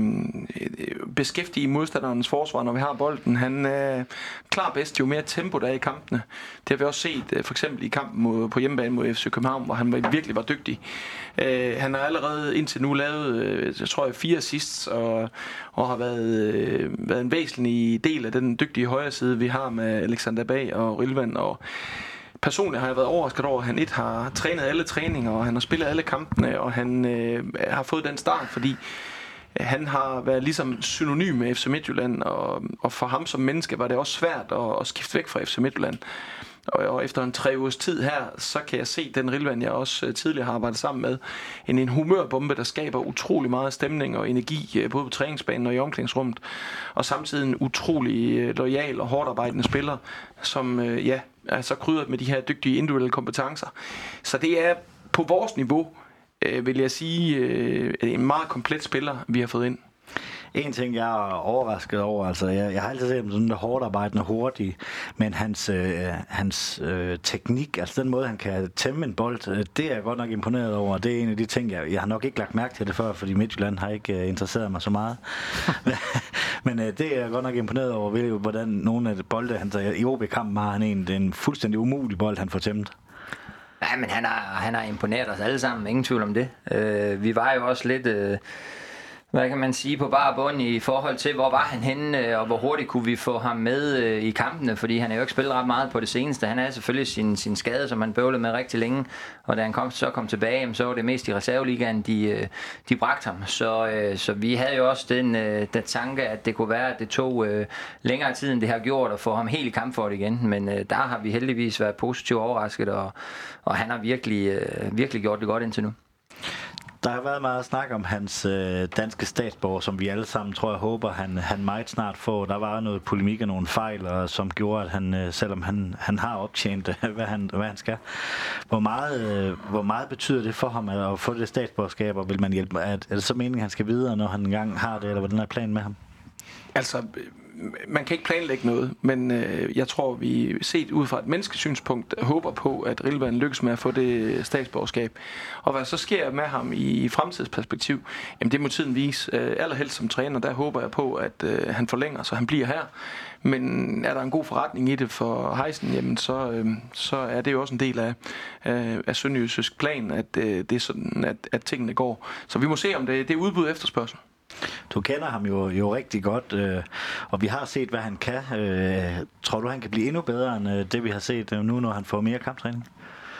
S4: beskæftige modstanderens forsvar, når vi har bolden. Han er klar bedst, jo mere tempo der er i kampene. Det har vi også set for eksempel i kampen på hjemmebane mod FC København, hvor han virkelig var dygtig. Han har allerede indtil nu lavet, jeg tror 4 assists, og har været en væsentlig del af den dygtige højre side, vi har med Alexander Bag og Rilvan. Og personligt har jeg været overrasket over, at han har trænet alle træninger, og han har spillet alle kampene, og han har fået den start, fordi han har været ligesom synonym med FC Midtjylland, og for ham som menneske var det også svært at skifte væk fra FC Midtjylland. Og efter en 3 ugers tid her, så kan jeg se den Rilvan, jeg også tidligere har arbejdet sammen med, en humørbombe, der skaber utrolig meget stemning og energi, både på træningsbanen og i omklædningsrummet, og samtidig en utrolig loyal og hårdt arbejdende spiller, som er så krydret med de her dygtige individuelle kompetencer. Så det er på vores niveau, vil jeg sige, en meget komplet spiller, vi har fået ind.
S2: En ting, jeg er overrasket over, altså jeg har altid set ham sådan der hårdt arbejdende hurtig, men hans teknik, altså den måde, han kan tæmme en bold, det er jeg godt nok imponeret over. Det er en af de ting, jeg har nok ikke lagt mærke til det før, fordi Midtjylland har ikke interesseret mig så meget. Men det er jeg godt nok imponeret over, hvordan nogle af de bolde, han tager i OB-kampen, har han en fuldstændig umulig bold, han får tæmmet.
S3: Nej, men han har imponeret os alle sammen, ingen tvivl om det. Vi var jo også lidt... hvad kan man sige, på bar bund i forhold til, hvor var han henne, og hvor hurtigt kunne vi få ham med i kampene, fordi han har jo ikke spillet ret meget på det seneste. Han havde selvfølgelig sin skade, som han bøvlede med rigtig længe, og da han kom tilbage, så var det mest i reserveligaen, de bragte ham. Så vi havde jo også den tanke, at det kunne være, at det tog længere tid, end det har gjort, at få ham helt i kamp for det igen. Men der har vi heldigvis været positivt overrasket, og han har virkelig gjort det godt indtil nu.
S2: Der har været meget snak om hans danske statsborger, som vi alle sammen håber, han meget snart får. Der var noget polemik og nogle fejl, og som gjorde, at han, selvom han har optjent, hvad han skal. Hvor meget betyder det for ham at få det statsborgerskab, og vil man hjælpe? Er det så meningen, at han skal videre, når han engang har det, eller hvordan er planen med ham?
S4: Altså, man kan ikke planlægge noget, men jeg tror, vi set ud fra et menneskesynspunkt håber på, at Rilvan lykkes med at få det statsborgerskab. Og hvad så sker med ham i fremtidsperspektiv, jamen det må tiden vise. Allerhelst som træner, der håber jeg på, at han forlænger, så han bliver her. Men er der en god forretning i det for Heisen, jamen så er det jo også en del af Sønderjysk plan, at det er sådan, at tingene går. Så vi må se, om det er udbud efterspørgsel.
S2: Du kender ham jo rigtig godt, og vi har set, hvad han kan. Tror du, han kan blive endnu bedre end det, vi har set nu, når han får mere kamptræning?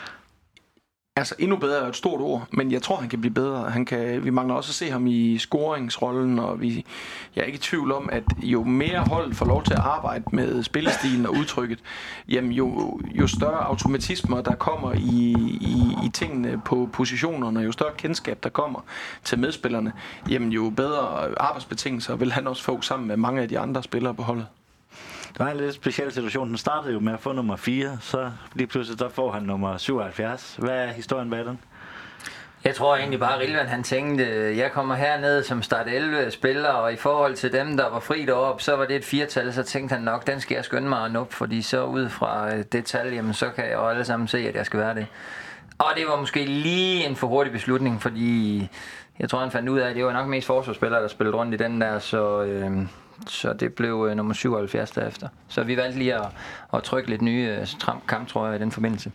S4: Altså endnu bedre er et stort ord, men jeg tror, han kan blive bedre. Vi mangler også at se ham i scoringsrollen, og jeg er ikke i tvivl om, at jo mere hold får lov til at arbejde med spillestilen og udtrykket, jamen jo større automatismer der kommer i tingene på positionerne, jo større kendskab der kommer til medspillerne, jamen jo bedre arbejdsbetingelser vil han også få sammen med mange af de andre spillere på holdet.
S2: Det var en lidt speciel situation. Den startede jo med at få nummer 4, så lige pludselig der får han nummer 77. Hvad er historien bag den?
S3: Jeg tror egentlig bare, at Rilvan han tænkte, jeg kommer herned som start 11 spiller, og i forhold til dem, der var fri deroppe, så var det et 4-tal, så tænkte han nok, den skal jeg skynde mig at nå, fordi så ud fra det tal, jamen, så kan jeg jo alle sammen se, at jeg skal være det. Og det var måske lige en for hurtig beslutning, fordi jeg tror, han fandt ud af, at det var nok mest forsvarsspillere, der spillede rundt i den der, så det blev nummer 77 derefter. Så vi valgte lige at trykke lidt nye kamptrøjer i den forbindelse.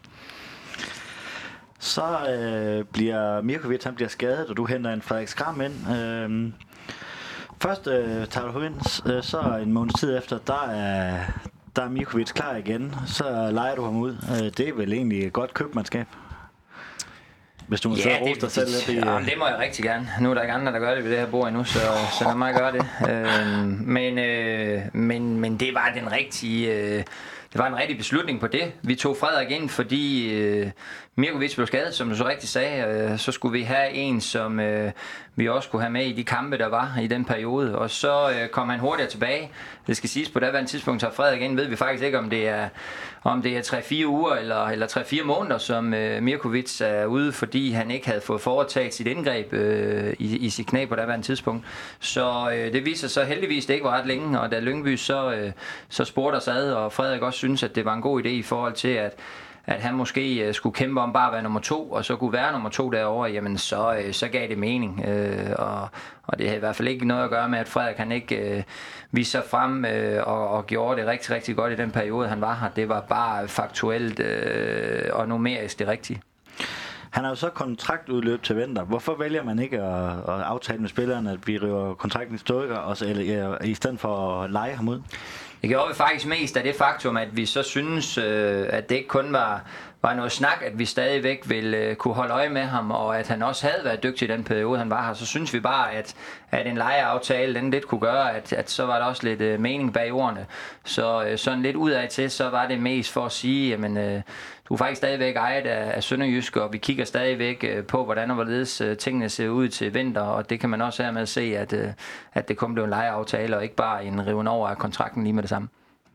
S2: Så bliver Mirkovic, han bliver skadet, og du henter en Frederik Skram ind. Først tager du ind, så en måneds tid efter, der er Mirkovic klar igen. Så lejer du ham ud. Det er vel egentlig et godt købmandskab? Hvis du må så rose dig selv lidt.
S3: Det må jeg rigtig gerne. Nu er der ikke andre, der gør det ved det her bord endnu, så lad mig gøre det. Men det var den rigtige var en rigtig beslutning på det. Vi tog Frederik ind, fordi Mirkovic blev skadet, som du så rigtig sagde. Så skulle vi have en, som vi også kunne have med i de kampe, der var i den periode. Og så kom han hurtigere tilbage. Det skal siges, på daværende tidspunkt tager Frederik ind, ved vi faktisk ikke, om det er 3-4 uger eller 3-4 måneder, som Mirkovic er ude, fordi han ikke havde fået foretaget sit indgreb i sit knæ på daværende tidspunkt. Så det viser så heldigvis, det ikke var ret længe, og da Lyngby så spurgte os ad, og Frederik også synes, at det var en god idé i forhold til, at han måske skulle kæmpe om bare at være nummer 2, og så kunne være nummer 2 derovre, jamen så gav det mening. Og det havde i hvert fald ikke noget at gøre med, at Frederik han ikke viste sig frem og gjorde det rigtig, rigtig godt i den periode, han var her. Det var bare faktuelt og numerisk det rigtige.
S2: Han har jo så kontraktudløb til vinter. Hvorfor vælger man ikke at aftale med spillerne, at vi river kontrakten i stykker, eller i stedet for at leje ham ud?
S3: Det gjorde vi faktisk mest af det faktum, at vi så synes, at det ikke kun var noget snak, at vi stadigvæk ville kunne holde øje med ham, og at han også havde været dygtig i den periode, han var her. Så synes vi bare, at en lejeaftale, den lidt kunne gøre, at så var der også lidt mening bag ordene. Så sådan lidt udad til, så var det mest for at sige, jamen du er faktisk stadigvæk ejet af Sønderjysk, og vi kigger stadigvæk på, hvordan og hvorledes tingene ser ud til vinter, og det kan man også hermed se, at det kun blev en lejeaftale, og ikke bare en riven over af kontrakten lige med det samme.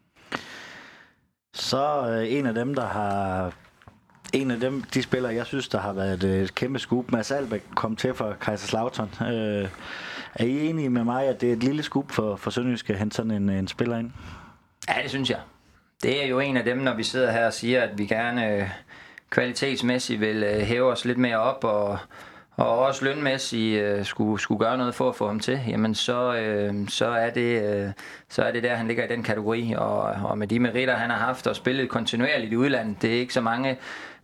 S2: Så de spillere, jeg synes, der har været et kæmpe scoop. Mads Albeck kom til for Kaiserslautern. Er I enige med mig, at det er et lille scoop for Sønderjysk at hente sådan en spiller ind?
S3: Ja, det synes jeg. Det er jo en af dem, når vi sidder her og siger, at vi gerne kvalitetsmæssigt vil hæve os lidt mere op, og også lønmæssigt skulle gøre noget for at få ham til, jamen så er det der, han ligger i den kategori. Og med de meritter, han har haft og spillet kontinuerligt i udlandet, det er ikke så mange,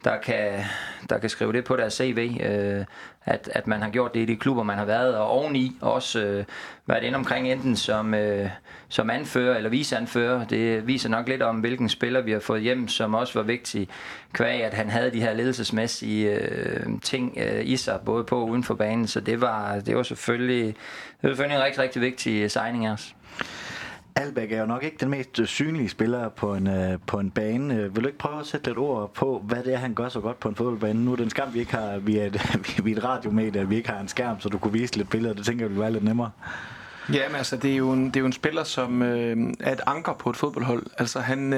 S3: der kan skrive det på deres CV, at man har gjort det i de klubber, man har været, og oveni også været inde omkring enten som anfører eller viceanfører. Det viser nok lidt om, hvilken spiller vi har fået hjem, som også var vigtig, kvæg at han havde de her ledelsesmæssige ting i sig, både på og uden for banen, så det var selvfølgelig en rigtig, rigtig vigtig signing af os.
S2: Albeck er jo nok ikke den mest synlige spiller på en bane. Vil du ikke prøve at sætte lidt ord på, hvad det er, han gør så godt på en fodboldbane? Nu er det en skam, vi ikke har via et radiomedie, at vi ikke har en skærm, så du kunne vise lidt billeder. Det tænker jeg ville være lidt nemmere.
S4: Ja, men altså, det er jo en spiller, som er et anker på et fodboldhold. Altså, han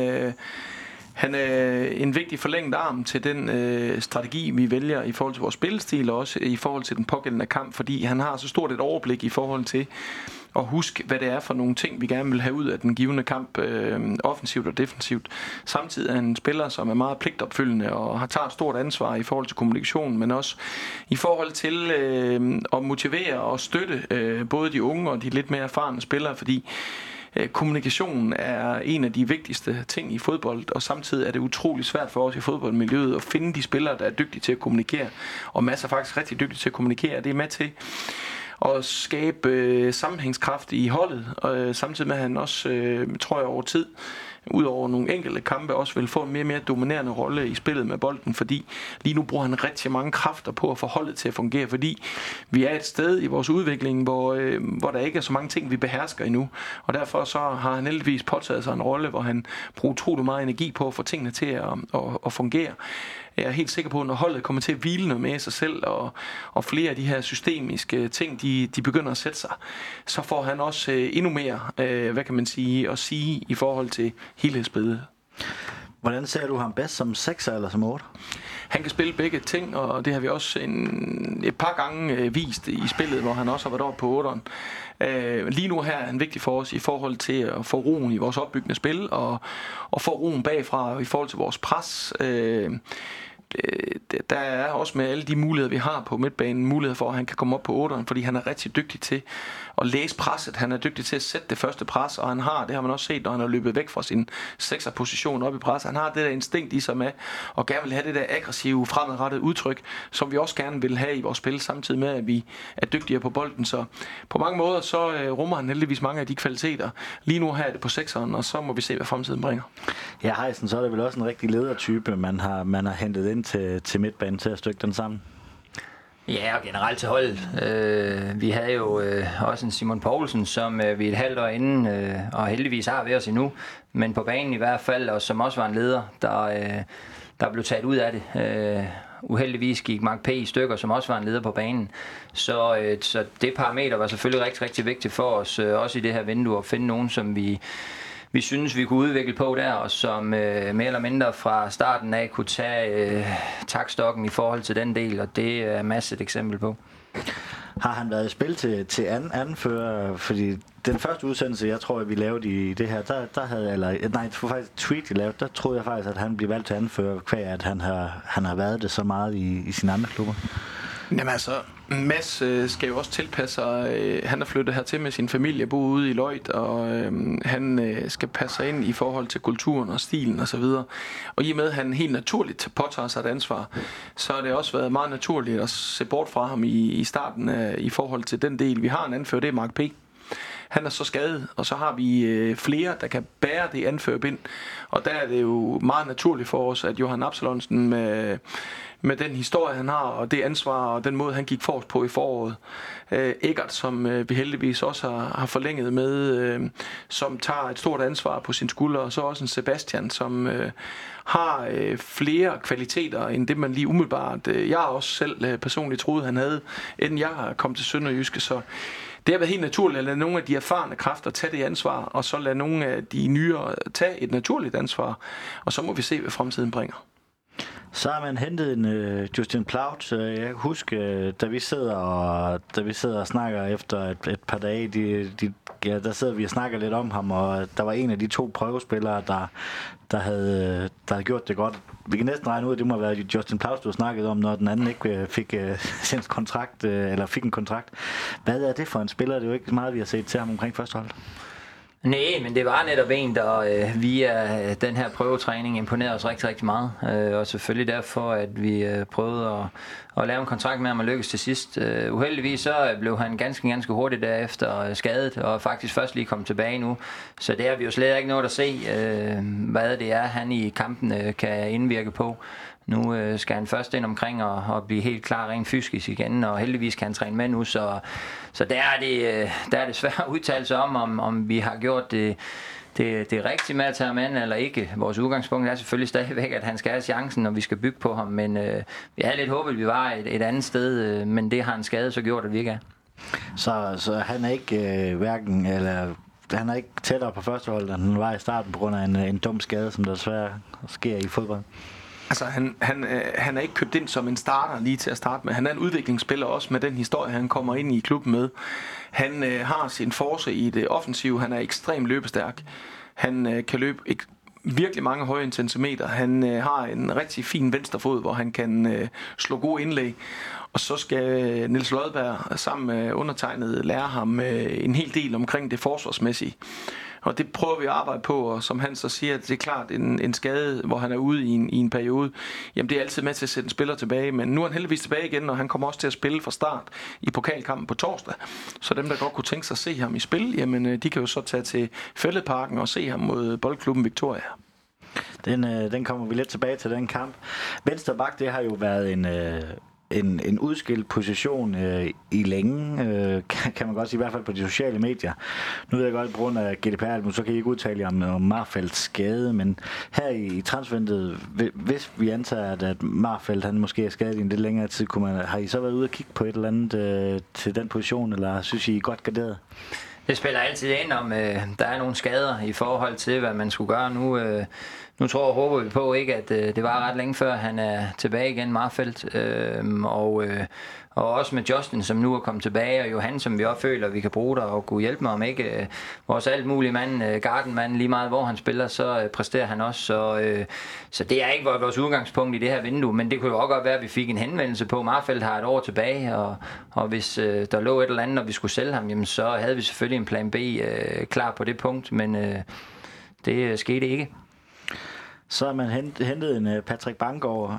S4: er en vigtig forlænget arm til den strategi, vi vælger i forhold til vores spillestil, og også i forhold til den pågældende kamp, fordi han har så stort et overblik i forhold til at huske, hvad det er for nogle ting, vi gerne vil have ud af den givende kamp, offensivt og defensivt. Samtidig er han en spiller, som er meget pligtopfyldende og tager et stort ansvar i forhold til kommunikation, men også i forhold til at motivere og støtte både de unge og de lidt mere erfarne spillere, fordi kommunikation er en af de vigtigste ting i fodbold, og samtidig er det utrolig svært for os i fodboldmiljøet at finde de spillere, der er dygtige til at kommunikere, og masser er faktisk rigtig dygtige til at kommunikere. Det er med til at skabe sammenhængskraft i holdet, og samtidig med at han også, tror jeg over tid, udover nogle enkelte kampe, også vil få en mere dominerende rolle i spillet med bolden, fordi lige nu bruger han rigtig mange kræfter på at få holdet til at fungere, fordi vi er et sted i vores udvikling, hvor der ikke er så mange ting, vi behersker endnu, og derfor så har han heldigvis påtaget sig en rolle, hvor han bruger utrolig meget energi på at få tingene til at fungere. Jeg er helt sikker på, at når holdet kommer til at hvile noget med sig selv, og flere af de her systemiske ting, de begynder at sætte sig, så får han også endnu mere, hvad kan man sige, at sige i forhold til helhedsbilledet. Hvordan ser du ham bedst, som 6'er eller som 8? Han kan spille begge ting, og det har vi også et par gange vist i spillet, hvor han også har været over på 8'eren. Lige nu her er han vigtig for os i forhold til at få roen i vores opbyggende spil, og få roen bagfra i forhold til vores pres. Der er også med alle de muligheder, vi har på midtbanen, mulighed for, at han kan komme op på 8'eren, fordi han er rigtig dygtig til at læse presset. Han er dygtig til at sætte det første pres, og det har man også set, når han har løbet væk fra sin 6'er-position op i presset. Han har det der instinkt i sig med, og gerne vil have det der aggressive, fremadrettede udtryk, som vi også gerne vil have i vores spil, samtidig med, at vi er dygtigere på bolden. Så på mange måder, så rummer han heldigvis mange af de kvaliteter. Lige nu her er det på 6'eren, og så må vi se, hvad fremtiden bringer.
S2: Ja, Heisen, så er det vel også en rigtig ledertype, man har hentet ind til midtbanen til at stykke den sammen.
S3: Ja, og generelt til holdet. Vi havde jo også en Simon Poulsen, som vi et halvt år inden, og heldigvis har ved os endnu, men på banen i hvert fald, og som også var en leder, der blev taget ud af det. Uheldigvis gik Mark P. i stykker, som også var en leder på banen. Så det parameter var selvfølgelig rigtig, rigtig vigtigt for os, også i det her vindue, at finde nogen, som vi synes, vi kunne udvikle på der, og som mere eller mindre fra starten af kunne tage taktstokken i forhold til den del, og det er masser et eksempel på.
S2: Har han været i spil til anfører? Fordi den første udsendelse, jeg tror, at vi lavede i det her, der havde, eller nej, det var faktisk et tweet, jeg lavede, der troede jeg faktisk, at han blev valgt til anfører, kvæg at han har været det så meget i sine andre klubber.
S4: Jamen altså, Mads skal jo også tilpasse sig. Han er flyttet hertil med sin familie, bor ude i Løjt, og han skal passe sig ind i forhold til kulturen og stilen osv. Og i og med, at han helt naturligt påtager sig et ansvar, så har det også været meget naturligt at se bort fra ham i starten i forhold til den del. Vi har en anfører, det er Mark P. Han er så skadet, og så har vi flere, der kan bære det anførerbind. Og der er det jo meget naturligt for os, at Johan Absalonsen med den historie, han har, og det ansvar, og den måde, han gik forrest på i foråret. Eggert, som vi heldigvis også har forlænget med, som tager et stort ansvar på sin skulder, og så også en Sebastian, som har flere kvaliteter, end det man lige umiddelbart, jeg også selv personligt troede, han havde, inden jeg kom til Sønderjyske, så det har været helt naturligt at lade nogle af de erfarne kræfter tage det ansvar, og så lade nogle af de nyere tage et naturligt ansvar, og så må vi se, hvad fremtiden bringer.
S2: Så har man hentet en Justin Plaut. Jeg kan huske, da vi sidder og snakker efter et par dage, der sidder vi og snakker lidt om ham, og der var en af de 2 prøvespillere, der havde gjort det godt. Vi kan næsten regne ud, at det må være Justin Plaut, du snakkede om, når den anden ikke fik sendt kontrakt, eller fik en kontrakt. Hvad er det for en spiller? Det er jo ikke meget, vi har set til ham omkring førsteholdet.
S3: Nej, men det var netop en, der via den her prøvetræning imponerede os rigtig, rigtig meget. Og selvfølgelig derfor, at vi prøvede at lave en kontrakt med ham og lykkes til sidst. Uheldigvis så blev han ganske hurtigt derefter skadet, og faktisk først lige kommet tilbage nu. Så det har vi jo slet ikke nået at se, hvad det er, han i kampen kan indvirke på. Nu skal han først ind omkring og blive helt klar rent fysisk igen, og heldigvis kan han træne med nu, så der er det svært at udtale sig om vi har gjort det rigtige med at tage ham an eller ikke. Vores udgangspunkt er selvfølgelig stadigvæk, at han skal have chancen, når vi skal bygge på ham, men vi havde lidt håbet, at vi var et andet sted, men det har en skade så gjort, at vi ikke er.
S2: Så han er ikke hverken, eller han er ikke tættere på førsteholdet, end han var i starten på grund af en dum skade, som der desværre sker i fodbold.
S4: Altså, han er ikke købt ind som en starter lige til at starte med. Han er en udviklingsspiller også med den historie, han kommer ind i klubben med. Han har sin force i det offensive. Han er ekstremt løbestærk. Han kan løbe virkelig mange høje centimeter. Han har en rigtig fin venstrefod, hvor han kan slå gode indlæg. Og så skal Niels Lodberg sammen med undertegnet lære ham en hel del omkring det forsvarsmæssige. Og det prøver vi at arbejde på, og som han så siger, det er klart en skade, hvor han er ude i en periode. Jamen det er altid med til at sætte en spiller tilbage, men nu er han heldigvis tilbage igen, og han kommer også til at spille fra start i pokalkampen på torsdag. Så dem, der godt kunne tænke sig at se ham i spil, jamen de kan jo så tage til Fælledparken og se ham mod Boldklubben Victoria.
S2: Den kommer vi lidt tilbage til, den kamp. Venstre bak, det har jo været en udskilt position i længe, kan man godt sige, i hvert fald på de sociale medier. Nu ved jeg godt, på grund af GDPR, så kan I ikke udtale jer om Marfelds skade, men her i transfervinduet, hvis vi antager, at Marfeld han måske er skadet i en lidt længere tid, har I så været ude og kigge på et eller andet til den position, eller synes I godt garderet?
S3: Det spiller altid ind om, der er nogle skader i forhold til, hvad man skulle gøre nu. Nu tror og håber vi på ikke, at det var ret længe før han er tilbage igen, Marfeldt. Og også med Justin, som nu er kommet tilbage, og Johan, som vi også føler, vi kan bruge der og kunne hjælpe mig om ikke. Vores alt mulige mand, Gardenmand, lige meget hvor han spiller, så præsterer han også. Så det er ikke vores udgangspunkt i det her vindue, men det kunne jo også godt være, at vi fik en henvendelse på. Marfeldt har et år tilbage, og hvis der lå et eller andet, og vi skulle sælge ham, jamen, så havde vi selvfølgelig en plan B klar på det punkt, men det skete ikke.
S2: Så har man hentet en Patrick Banggaard.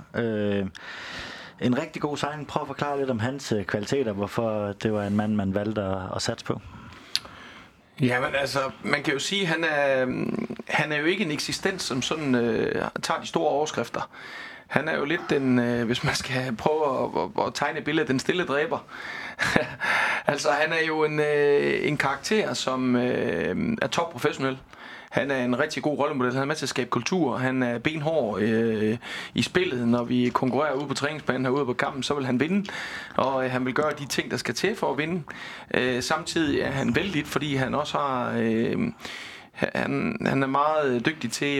S2: En rigtig god signing. Prøv at forklare lidt om hans kvaliteter, hvorfor det var en mand, man valgte at satse på.
S4: Jamen altså, man kan jo sige, han er jo ikke en eksistens, som sådan tager de store overskrifter. Han er jo lidt den, hvis man skal prøve at tegne et billede, den stille dræber. Altså, han er jo en karakter, som er topprofessionel. Han er en rigtig god rollemodel. Han er med til at skabe kultur. Han er benhård i spillet. Når vi konkurrerer ude på træningsbanen herude på kampen, så vil han vinde. Og han vil gøre de ting, der skal til for at vinde. Samtidig er han vældig, fordi han også har... Han er meget dygtig til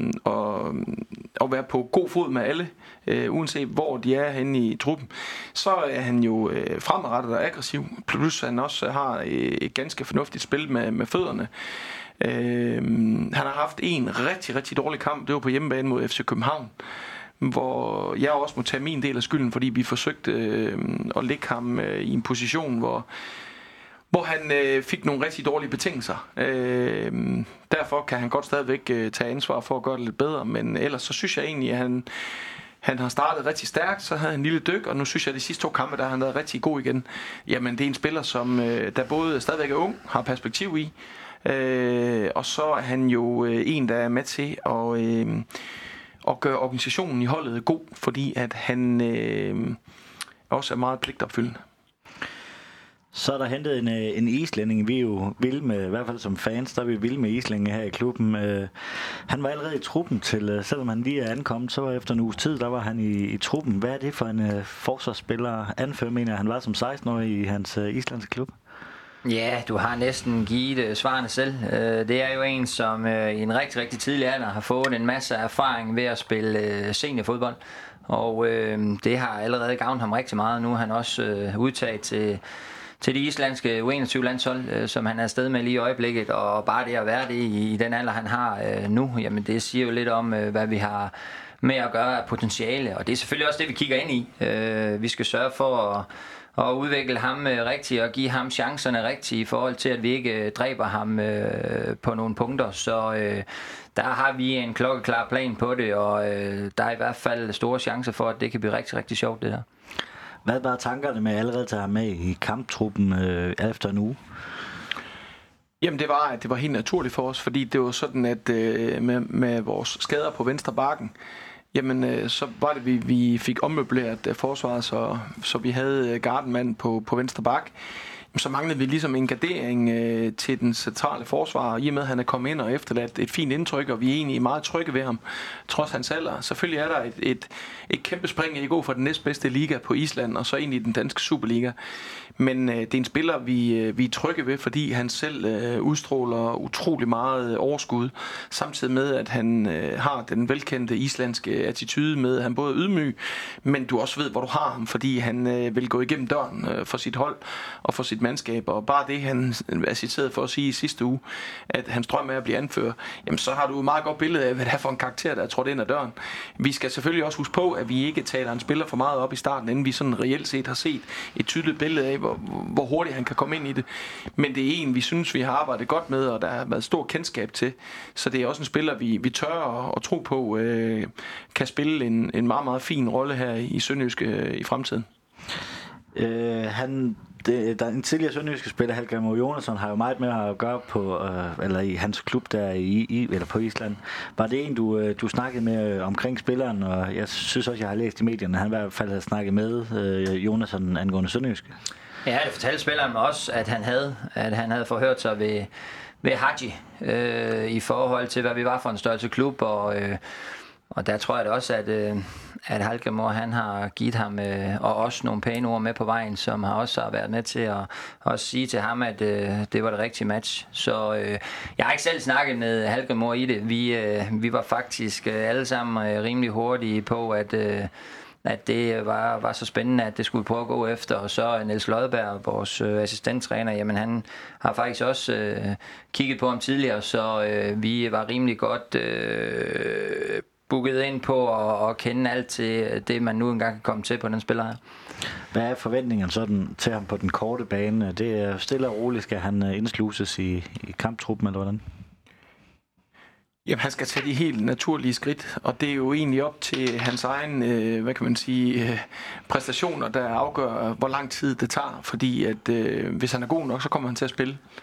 S4: at være på god fod med alle, uanset hvor de er henne i truppen. Så er han jo fremadrettet og aggressiv, plus han også har et ganske fornuftigt spil med fødderne. Han har haft en rigtig, rigtig dårlig kamp. Det var på hjemmebane mod FC København, hvor jeg også må tage min del af skylden, fordi vi forsøgte at lægge ham i en position, hvor han fik nogle rigtig dårlige betingelser. Derfor kan han godt stadigvæk tage ansvar for at gøre det lidt bedre, men ellers så synes jeg egentlig, at han har startet rigtig stærkt, så havde han en lille dyk, og nu synes jeg, at de sidste 2 kampe, der har han været rigtig god igen. Jamen, det er en spiller, som der både stadigvæk er ung, har perspektiv i, og så er han jo en, der er med til at gøre organisationen i holdet god, fordi at han også er meget pligtopfyldende.
S2: Så er der hentet en islænding. Vi er jo vilde med, i hvert fald som fans, der er vi vilde med islændinge her i klubben. Han var allerede i truppen til, selvom han lige er ankommet, så efter en uges tid, der var han i truppen. Hvad er det for en forsvarsspiller? Anfører mener han var som 16-årig i hans islandske klub.
S3: Ja, du har næsten givet svarene selv. Det er jo en, som i en rigtig, rigtig tidlig alder har fået en masse erfaring ved at spille seniorfodbold. Og det har allerede gavnet ham rigtig meget. Nu er han også udtaget til det islandske U21-landshold, som han er afsted med lige i øjeblikket. Og bare det at være det i den alder, han har nu, jamen det siger jo lidt om, hvad vi har med at gøre af potentiale. Og det er selvfølgelig også det, vi kigger ind i. Vi skal sørge for at udvikle ham rigtigt og give ham chancerne rigtigt i forhold til, at vi ikke dræber ham på nogle punkter. Så der har vi en klokkeklar plan på det, og der er i hvert fald store chancer for, at det kan blive rigtig, rigtig sjovt, det her.
S2: Hvad var tankerne med allerede til at have med i kamptruppen efter en uge?
S4: Jamen det var helt naturligt for os, fordi det var sådan, at med vores skader på venstre bakken, jamen så var det, vi fik ommøbleret forsvaret, så vi havde Gardenmand på venstre bak. Så manglede vi ligesom en gardering til den centrale forsvar, i og med at han er kommet ind og efterladt et fint indtryk, og vi er egentlig meget trygge ved ham, trods hans alder. Selvfølgelig er der et kæmpe spring i gå fra den næstbedste liga på Island, og så ind i den danske Superliga. Men det er en spiller, vi er trygge ved, fordi han selv udstråler utrolig meget overskud, samtidig med, at han har den velkendte islandske attitude med, at han både er ydmyg, men du også ved, hvor du har ham, fordi han vil gå igennem døren for sit hold og for sit mandskab. Og bare det, han er citeret for at sige i sidste uge, at hans drøm er at blive anfører, jamen så har du et meget godt billede af, hvad det er for en karakter, der er trådt ind ad døren. Vi skal selvfølgelig også huske på, at vi ikke taler en spiller for meget op i starten, inden vi sådan reelt set har set et tydeligt billede af, hvor hurtigt han kan komme ind i det. Men det er en, vi synes, vi har arbejdet godt med, og der har været stor kendskab til. Så det er også en spiller, vi tør at tro på, kan spille en meget, meget fin rolle her i Sønderjyske i fremtiden.
S2: Der er en tidligere sønderjyske spiller, Hallgrímur Jónasson, har jo meget med at gøre på, eller i hans klub der eller på Island. Var det en, du snakkede med omkring spilleren, og jeg synes også, jeg har læst i medierne, at han i hvert fald havde snakket med Jónasson angående sønderjyske?
S3: Ja, det fortalte spilleren mig også, at han havde forhørt sig ved Haji i forhold til, hvad vi var for en størrelse klub, og der tror jeg det også, at Hallgrímur, han har givet ham og også nogle pæne ord med på vejen, som har også været med til at også sige til ham, at det var det rigtige match. Så jeg har ikke selv snakket med Hallgrímur i det. Vi var faktisk alle sammen rimelig hurtige på, at det var så spændende, at det skulle vi prøve at gå efter. Og så Niels Lodberg, vores assistenttræner, jamen han har faktisk også kigget på ham tidligere, så vi var rimelig godt booket ind på at kende alt til det, man nu engang kan komme til på den spiller her.
S2: Hvad er forventningerne sådan til ham på den korte bane? Det er stille og roligt, skal han indsluses i kamptruppen, eller hvordan?
S4: Jamen, han skal tage de helt naturlige skridt, og det er jo egentlig op til hans egen, præstationer, der afgør, hvor lang tid det tager, fordi at hvis han er god nok, så kommer han til at spille.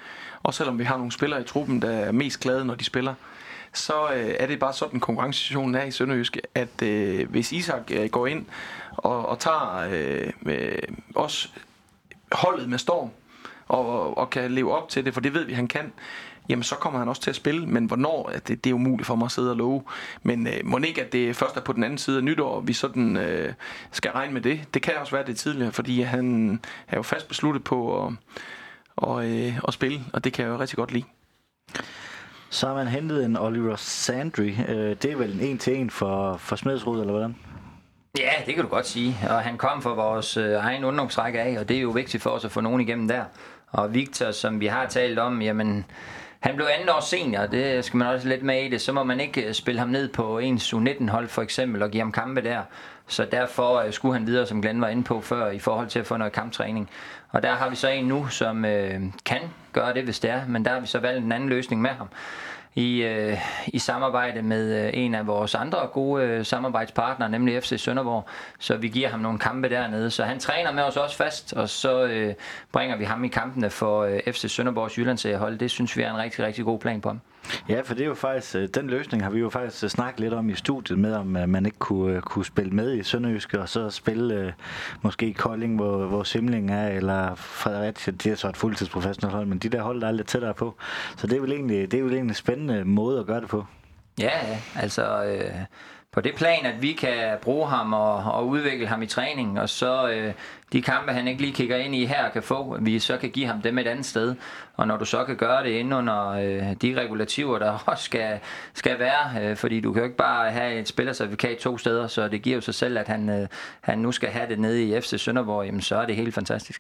S4: Og selvom vi har nogle spillere i truppen, der er mest glade, når de spiller, så er det bare sådan, konkurrencesituationen er i Sønderjyske, at hvis Isak går ind og tager også holdet med storm, og kan leve op til det, for det ved vi, han kan, jamen så kommer han også til at spille, men hvornår, det er umuligt for mig at sidde og love. Men må ikke, at det først er på den anden side af nytår, vi sådan skal regne med det. Det kan også være det tidligere, fordi han er jo fast besluttet på at spille, og det kan jeg jo rigtig godt lide.
S2: Så har man hentet en Oliver Sandry. Det er vel en til for Smedsrud, eller hvordan?
S3: Ja, det kan du godt sige. Og han kom fra vores egen ungdomsrække af, og det er jo vigtigt for os at få nogen igennem der. Og Victor, som vi har talt om, jamen, han blev 2 år senior, det skal man også lidt med i det. Så må man ikke spille ham ned på ens U19-hold for eksempel og give ham kampe der. Så derfor skulle han videre, som Glenn var inde på før, i forhold til at få noget kamptræning. Og der har vi så en nu, som kan gøre det, hvis det er. Men der har vi så valgt en anden løsning med ham. I samarbejde med en af vores andre gode samarbejdspartnere, nemlig FC Sønderborg. Så vi giver ham nogle kampe dernede. Så han træner med os også fast, og så bringer vi ham i kampene for FC Sønderborgs Jyllandsseriehold. Det synes vi er en rigtig, rigtig god plan på ham.
S2: Ja, for det er jo faktisk, den løsning har vi jo faktisk snakket lidt om i studiet med, om man ikke kunne spille med i Sønderjyske, og så spille måske i Kolding, hvor Simling er, eller Fredericia. Det er så et fuldtidsprofessionelt hold, men de der hold, der er lidt tættere på. Så det er vel egentlig en spændende måde at gøre det på. Ja,
S3: altså på det plan, at vi kan bruge ham og udvikle ham i træning, og så de kampe, han ikke lige kigger ind i her, kan få, vi så kan give ham dem et andet sted. Og når du så kan gøre det inden under de regulativer, der også skal være, fordi du kan jo ikke bare have et spillercertifikat 2 steder, så det giver jo sig selv, at han nu skal have det nede i FC Sønderborg, jamen så er det helt fantastisk.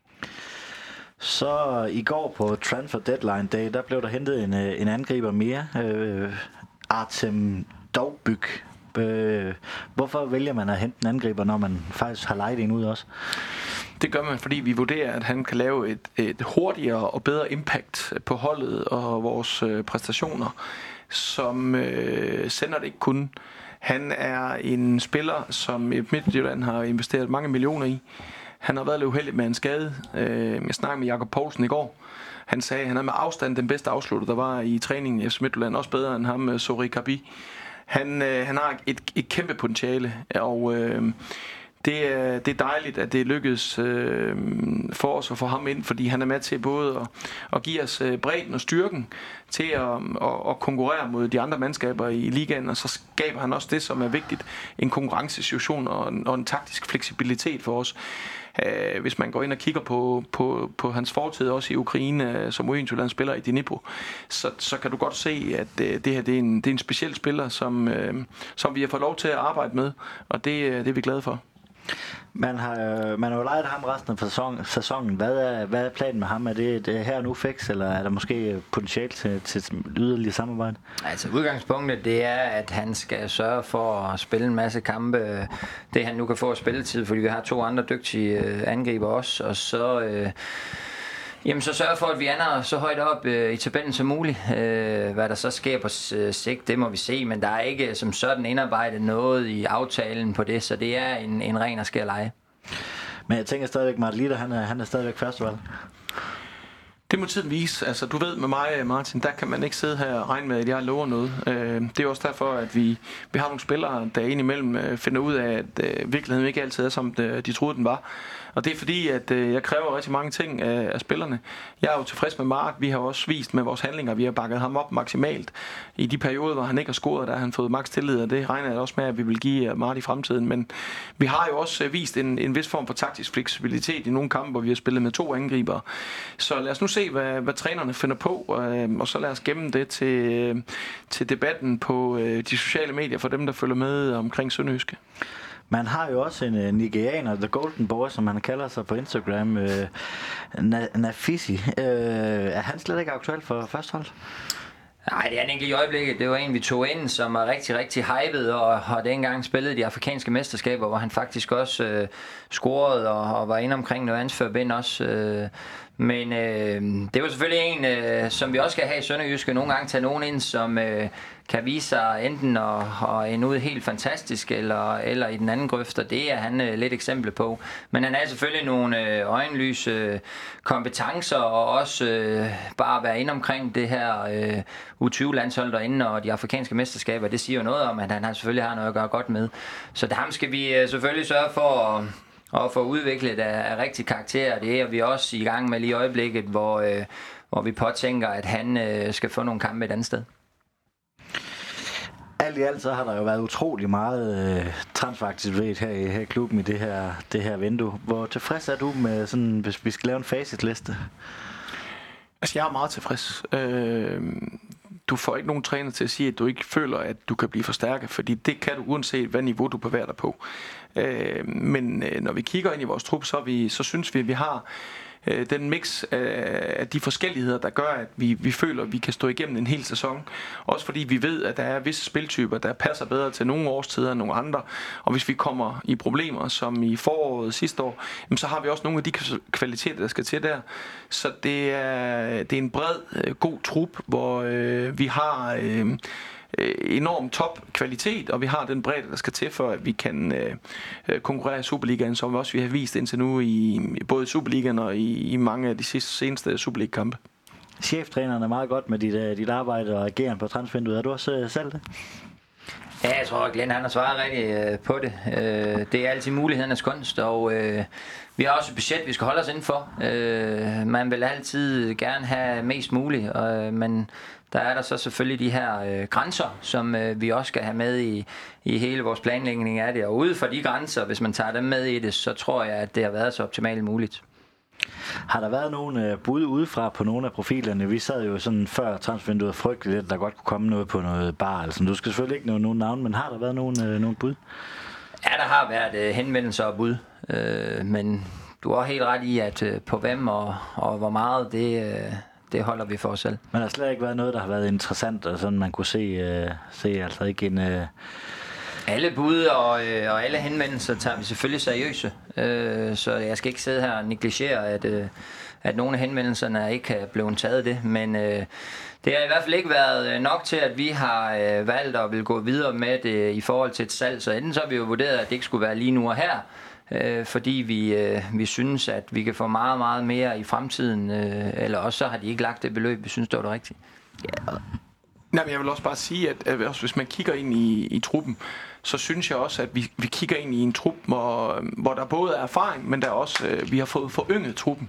S2: Så i går på Transfer Deadline Day, der blev der hentet en angriber mere, Artem Dovbyk. Hvorfor vælger man at hente en angriber, når man faktisk har lejet en ud også?
S4: Det gør man, fordi vi vurderer, at han kan lave et hurtigere og bedre impact på holdet og vores præstationer, som sender det ikke kun. Han er en spiller, som Midtjylland har investeret mange millioner i. Han har været lidt uheldig med en skade. Jeg snakkede med Jakob Poulsen i går. Han sagde, at han er med afstand den bedste afslutter, der var i træningen i FC Midtjylland. Også bedre end ham, Sori Kabi. Han har et kæmpe potentiale, og det er dejligt, at det lykkedes for os at få ham ind, fordi han er med til både at give os bredden og styrken til at konkurrere mod de andre mandskaber i ligaen, og så skaber han også det, som er vigtigt, en konkurrencesituation og en taktisk fleksibilitet for os. Hvis man går ind og kigger på hans fortid også i Ukraine som U21 spiller i Dnipro, så kan du godt se, at det her det er en speciel spiller, som vi har fået lov til at arbejde med, og det er vi glade for.
S2: Man har jo lejet ham resten af sæsonen. Hvad er planen med ham? Er det her nu fix, eller er der måske potentiale til yderligere samarbejde?
S3: Altså udgangspunktet, det er, at han skal sørge for at spille en masse kampe. Det han nu kan få spilletid, fordi vi har 2 andre dygtige angriber også, og så så sørg for, at vi ender så højt op i tabellen som muligt. Hvad der så sker på sigt, det må vi se, men der er ikke som sådan indarbejdet noget i aftalen på det, så det er en ren og skær leje.
S2: Men jeg tænker stadigvæk, Martin, han er stadigvæk førstevalg.
S4: Det må tiden vise. Altså, du ved med mig, Martin, der kan man ikke sidde her og regne med, at jeg lover noget. Det er også derfor, at vi har nogle spillere, der indimellem finder ud af, at virkeligheden ikke altid er, som de troede, den var. Og det er fordi, at jeg kræver rigtig mange ting af spillerne. Jeg er jo tilfreds med Mark. Vi har også vist med vores handlinger, vi har bakket ham op maksimalt. I de perioder, hvor han ikke har scoret, der har han fået maks tillid, og det regner jeg også med, at vi vil give Mark i fremtiden. Men vi har jo også vist en vis form for taktisk fleksibilitet i nogle kampe, hvor vi har spillet med 2 angribere. Så lad os nu se, hvad trænerne finder på, og så lad os gemme det til debatten på de sociale medier for dem, der følger med omkring Sønderjyske.
S2: Man har jo også en nigerianer, The Golden Boy, som han kalder sig på Instagram, Nafisi. Er han slet ikke aktuel for førstehold?
S3: Nej, det er han ikke i øjeblikket. Det var en, vi tog ind, som er rigtig, rigtig hyped, og har dengang spillet de afrikanske mesterskaber, hvor han faktisk også scorede og var inde omkring noget andet førbind også. Men det var selvfølgelig en, som vi også skal have i Sønderjyske. Nogle gange tage nogen ind, som kan vise sig enten at ende ud helt fantastisk, eller i den anden grøft, og det er han lidt eksempel på. Men han har selvfølgelig nogle øjenlyse kompetencer, og også bare at være inde omkring det her U20-landshold derinde, og de afrikanske mesterskaber, det siger jo noget om, at han selvfølgelig har noget at gøre godt med. Så ham skal vi selvfølgelig sørge for at få udviklet af rigtig karakter. Det er vi også i gang med lige i øjeblikket, hvor vi påtænker, at han skal få nogle kampe et andet sted.
S2: Alt i alt så har der jo været utrolig meget transferaktivitet her i klubben i det her vindue. Hvor tilfreds er du med sådan, hvis vi skal lave en facitliste?
S4: Altså, jeg er meget tilfreds. Du får ikke nogen træner til at sige, at du ikke føler, at du kan blive forstærket, fordi det kan du uanset hvad niveau du bevæger dig på. Men når vi kigger ind i vores trup, så synes vi, at vi har den mix af de forskelligheder, der gør, at vi føler, at vi kan stå igennem en hel sæson. Også fordi vi ved, at der er visse spiltyper, der passer bedre til nogle årstider end nogle andre. Og hvis vi kommer i problemer, som i foråret sidste år, så har vi også nogle af de kvaliteter, der skal til der. Så det er en bred, god trup, hvor vi har enorm top kvalitet, og vi har den bredde, der skal til for, at vi kan konkurrere i Superligaen, som også vi har vist indtil nu i både Superligaen og i mange af de seneste Superliga-kampe.
S2: Cheftræneren er meget godt med dit arbejde og ageren på transfervinduet. Er du også selv det?
S3: Ja, jeg tror, at Glenn han har svaret rigtig på det. Det er altid mulighedernes kunst, og vi har også et budget, vi skal holde os indenfor. Man vil altid gerne have mest muligt, men der er der så selvfølgelig de her grænser, som vi også skal have med i hele vores planlægning af det. Og ude for de grænser, hvis man tager dem med i det, så tror jeg, at det har været så optimalt muligt.
S2: Har der været nogle bud udefra på nogle af profilerne? Vi sad jo sådan før transfervinduet frygteligt lidt, at der godt kunne komme noget på noget bar. Altså, du skal selvfølgelig ikke nå nogen navn, men har der været nogle bud?
S3: Ja, der har været henvendelser og bud. Men du har helt ret i, at på hvem og hvor meget, det holder vi for os selv.
S2: Men der har slet ikke været noget, der har været interessant, og sådan man kunne se altså ikke en...
S3: Alle bud og alle henvendelser tager vi selvfølgelig seriøse, så jeg skal ikke sidde her og negligere, at nogle af henvendelserne ikke er blevet taget det, men det har i hvert fald ikke været nok til, at vi har valgt at vil gå videre med det i forhold til et salg, så enten så har vi jo vurderet, at det ikke skulle være lige nu og her, fordi vi synes, at vi kan få meget, meget mere i fremtiden, eller også så har de ikke lagt det beløb, vi synes, det var det rigtige.
S4: Ja. Nej, men jeg vil også bare sige, at også hvis man kigger ind i truppen, så synes jeg også, at vi kigger ind i en trup, hvor der både er erfaring, men der er også, vi har fået forynget truppen.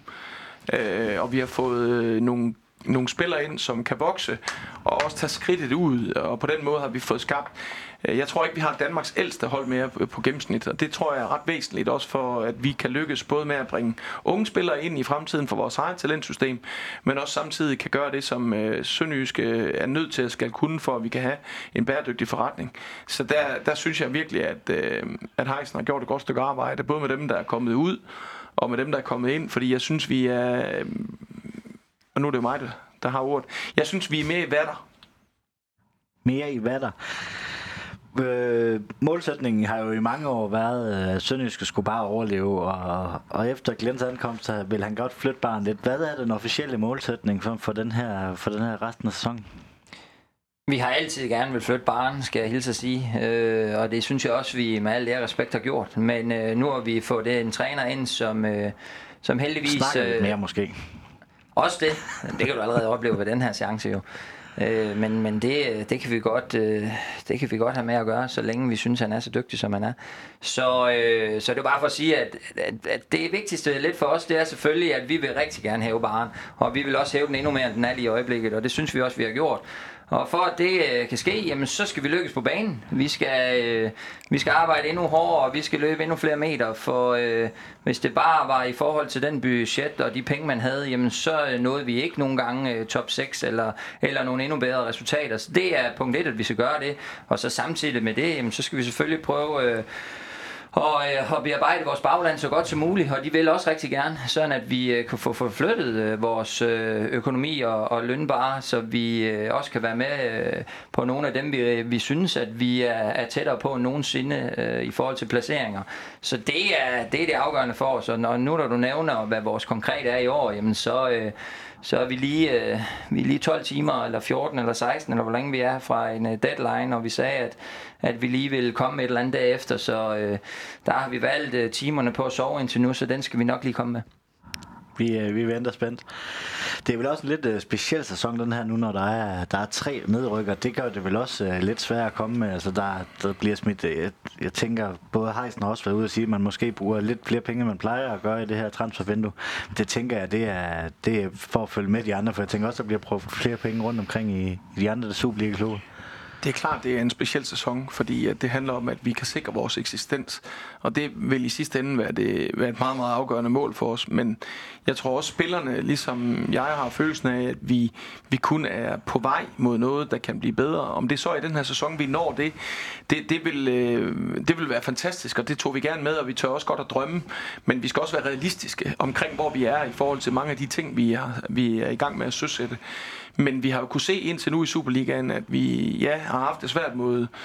S4: Og vi har fået nogle spillere ind, som kan vokse og også tage skridtet ud, og på den måde har vi fået skabt. Jeg tror ikke, vi har Danmarks ældste hold mere på gennemsnit, og det tror jeg er ret væsentligt også for, at vi kan lykkes både med at bringe unge spillere ind i fremtiden for vores eget talentsystem, men også samtidig kan gøre det, som Sønderjyske er nødt til at skal kunne, for at vi kan have en bæredygtig forretning. Så der synes jeg virkelig, at Heisen har gjort et godt stykke arbejde, både med dem, der er kommet ud, og med dem, der er kommet ind, fordi jeg synes, vi er... Og nu er det jo mig, der har ordet. Jeg synes, vi er mere i vatter.
S2: Mere i vatter. Målsætningen har jo i mange år været, at Sønderjyske skulle bare overleve, og efter Glens ankomst vil han godt flytte barnet lidt. Hvad er den officielle målsætning for den her resten af sæsonen?
S3: Vi har altid gerne vil flytte barn, skal jeg hilse at sige, og det synes jeg også, vi med al det respekt har gjort. Men nu har vi fået en træner ind, som heldigvis...
S2: Snakker lidt mere måske.
S3: Også det. Det kan du allerede opleve ved den her chance jo. Men det kan vi godt have med at gøre, så længe vi synes, han er så dygtig, som han er. Så det er bare for at sige, at det vigtigste lidt for os, det er selvfølgelig, at vi vil rigtig gerne hæve barren, og vi vil også hæve den endnu mere, end den er lige i øjeblikket, og det synes vi også, vi har gjort. Og for at det kan ske, jamen, så skal vi lykkes på banen. Vi skal arbejde endnu hårdere, og vi skal løbe endnu flere meter. For hvis det bare var i forhold til den budget og de penge, man havde, jamen, så nåede vi ikke nogle gange top 6 eller nogle endnu bedre resultater. Så det er punkt 1, at vi skal gøre det. Og så samtidig med det, jamen, så skal vi selvfølgelig prøve... Og bearbejde vores bagland så godt som muligt, og de vil også rigtig gerne, sådan at vi kan få forflyttet vores økonomi og lønbare, så vi også kan være med på nogle af dem, vi synes, at vi er tættere på nogensinde i forhold til placeringer. Så det er det afgørende for os, og nu når du nævner, hvad vores konkret er i år, jamen så så er vi lige 12 timer, eller 14, eller 16, eller hvor længe vi er fra en deadline, og vi sagde, at vi lige ville komme et eller andet dag efter, så der har vi valgt timerne på at sove indtil nu, så den skal vi nok lige komme med.
S2: Vi venter spændt. Det er vel også en lidt speciel sæson, den her nu, når der er 3 nedrykker. Det gør det vel også lidt svært at komme med. Altså, der bliver smidt... Jeg tænker, både Heisen har også været ude og sige, at man måske bruger lidt flere penge, end man plejer at gøre i det her transfervindue. Det tænker jeg, det er for at følge med de andre, for jeg tænker også, at der bliver prøvet flere penge rundt omkring i de andre Superliga-klubber.
S4: Det er klart, det er en speciel sæson, fordi det handler om, at vi kan sikre vores eksistens. Og det vil i sidste ende være et meget, meget afgørende mål for os. Men jeg tror også, spillerne, ligesom jeg har følelsen af, at vi kun er på vej mod noget, der kan blive bedre. Om det så er i den her sæson, vi når det vil være fantastisk, og det tog vi gerne med, og vi tør også godt at drømme. Men vi skal også være realistiske omkring, hvor vi er i forhold til mange af de ting, vi er i gang med at søsætte. Men vi har jo kunne se indtil nu i Superligaen, at vi har haft det svært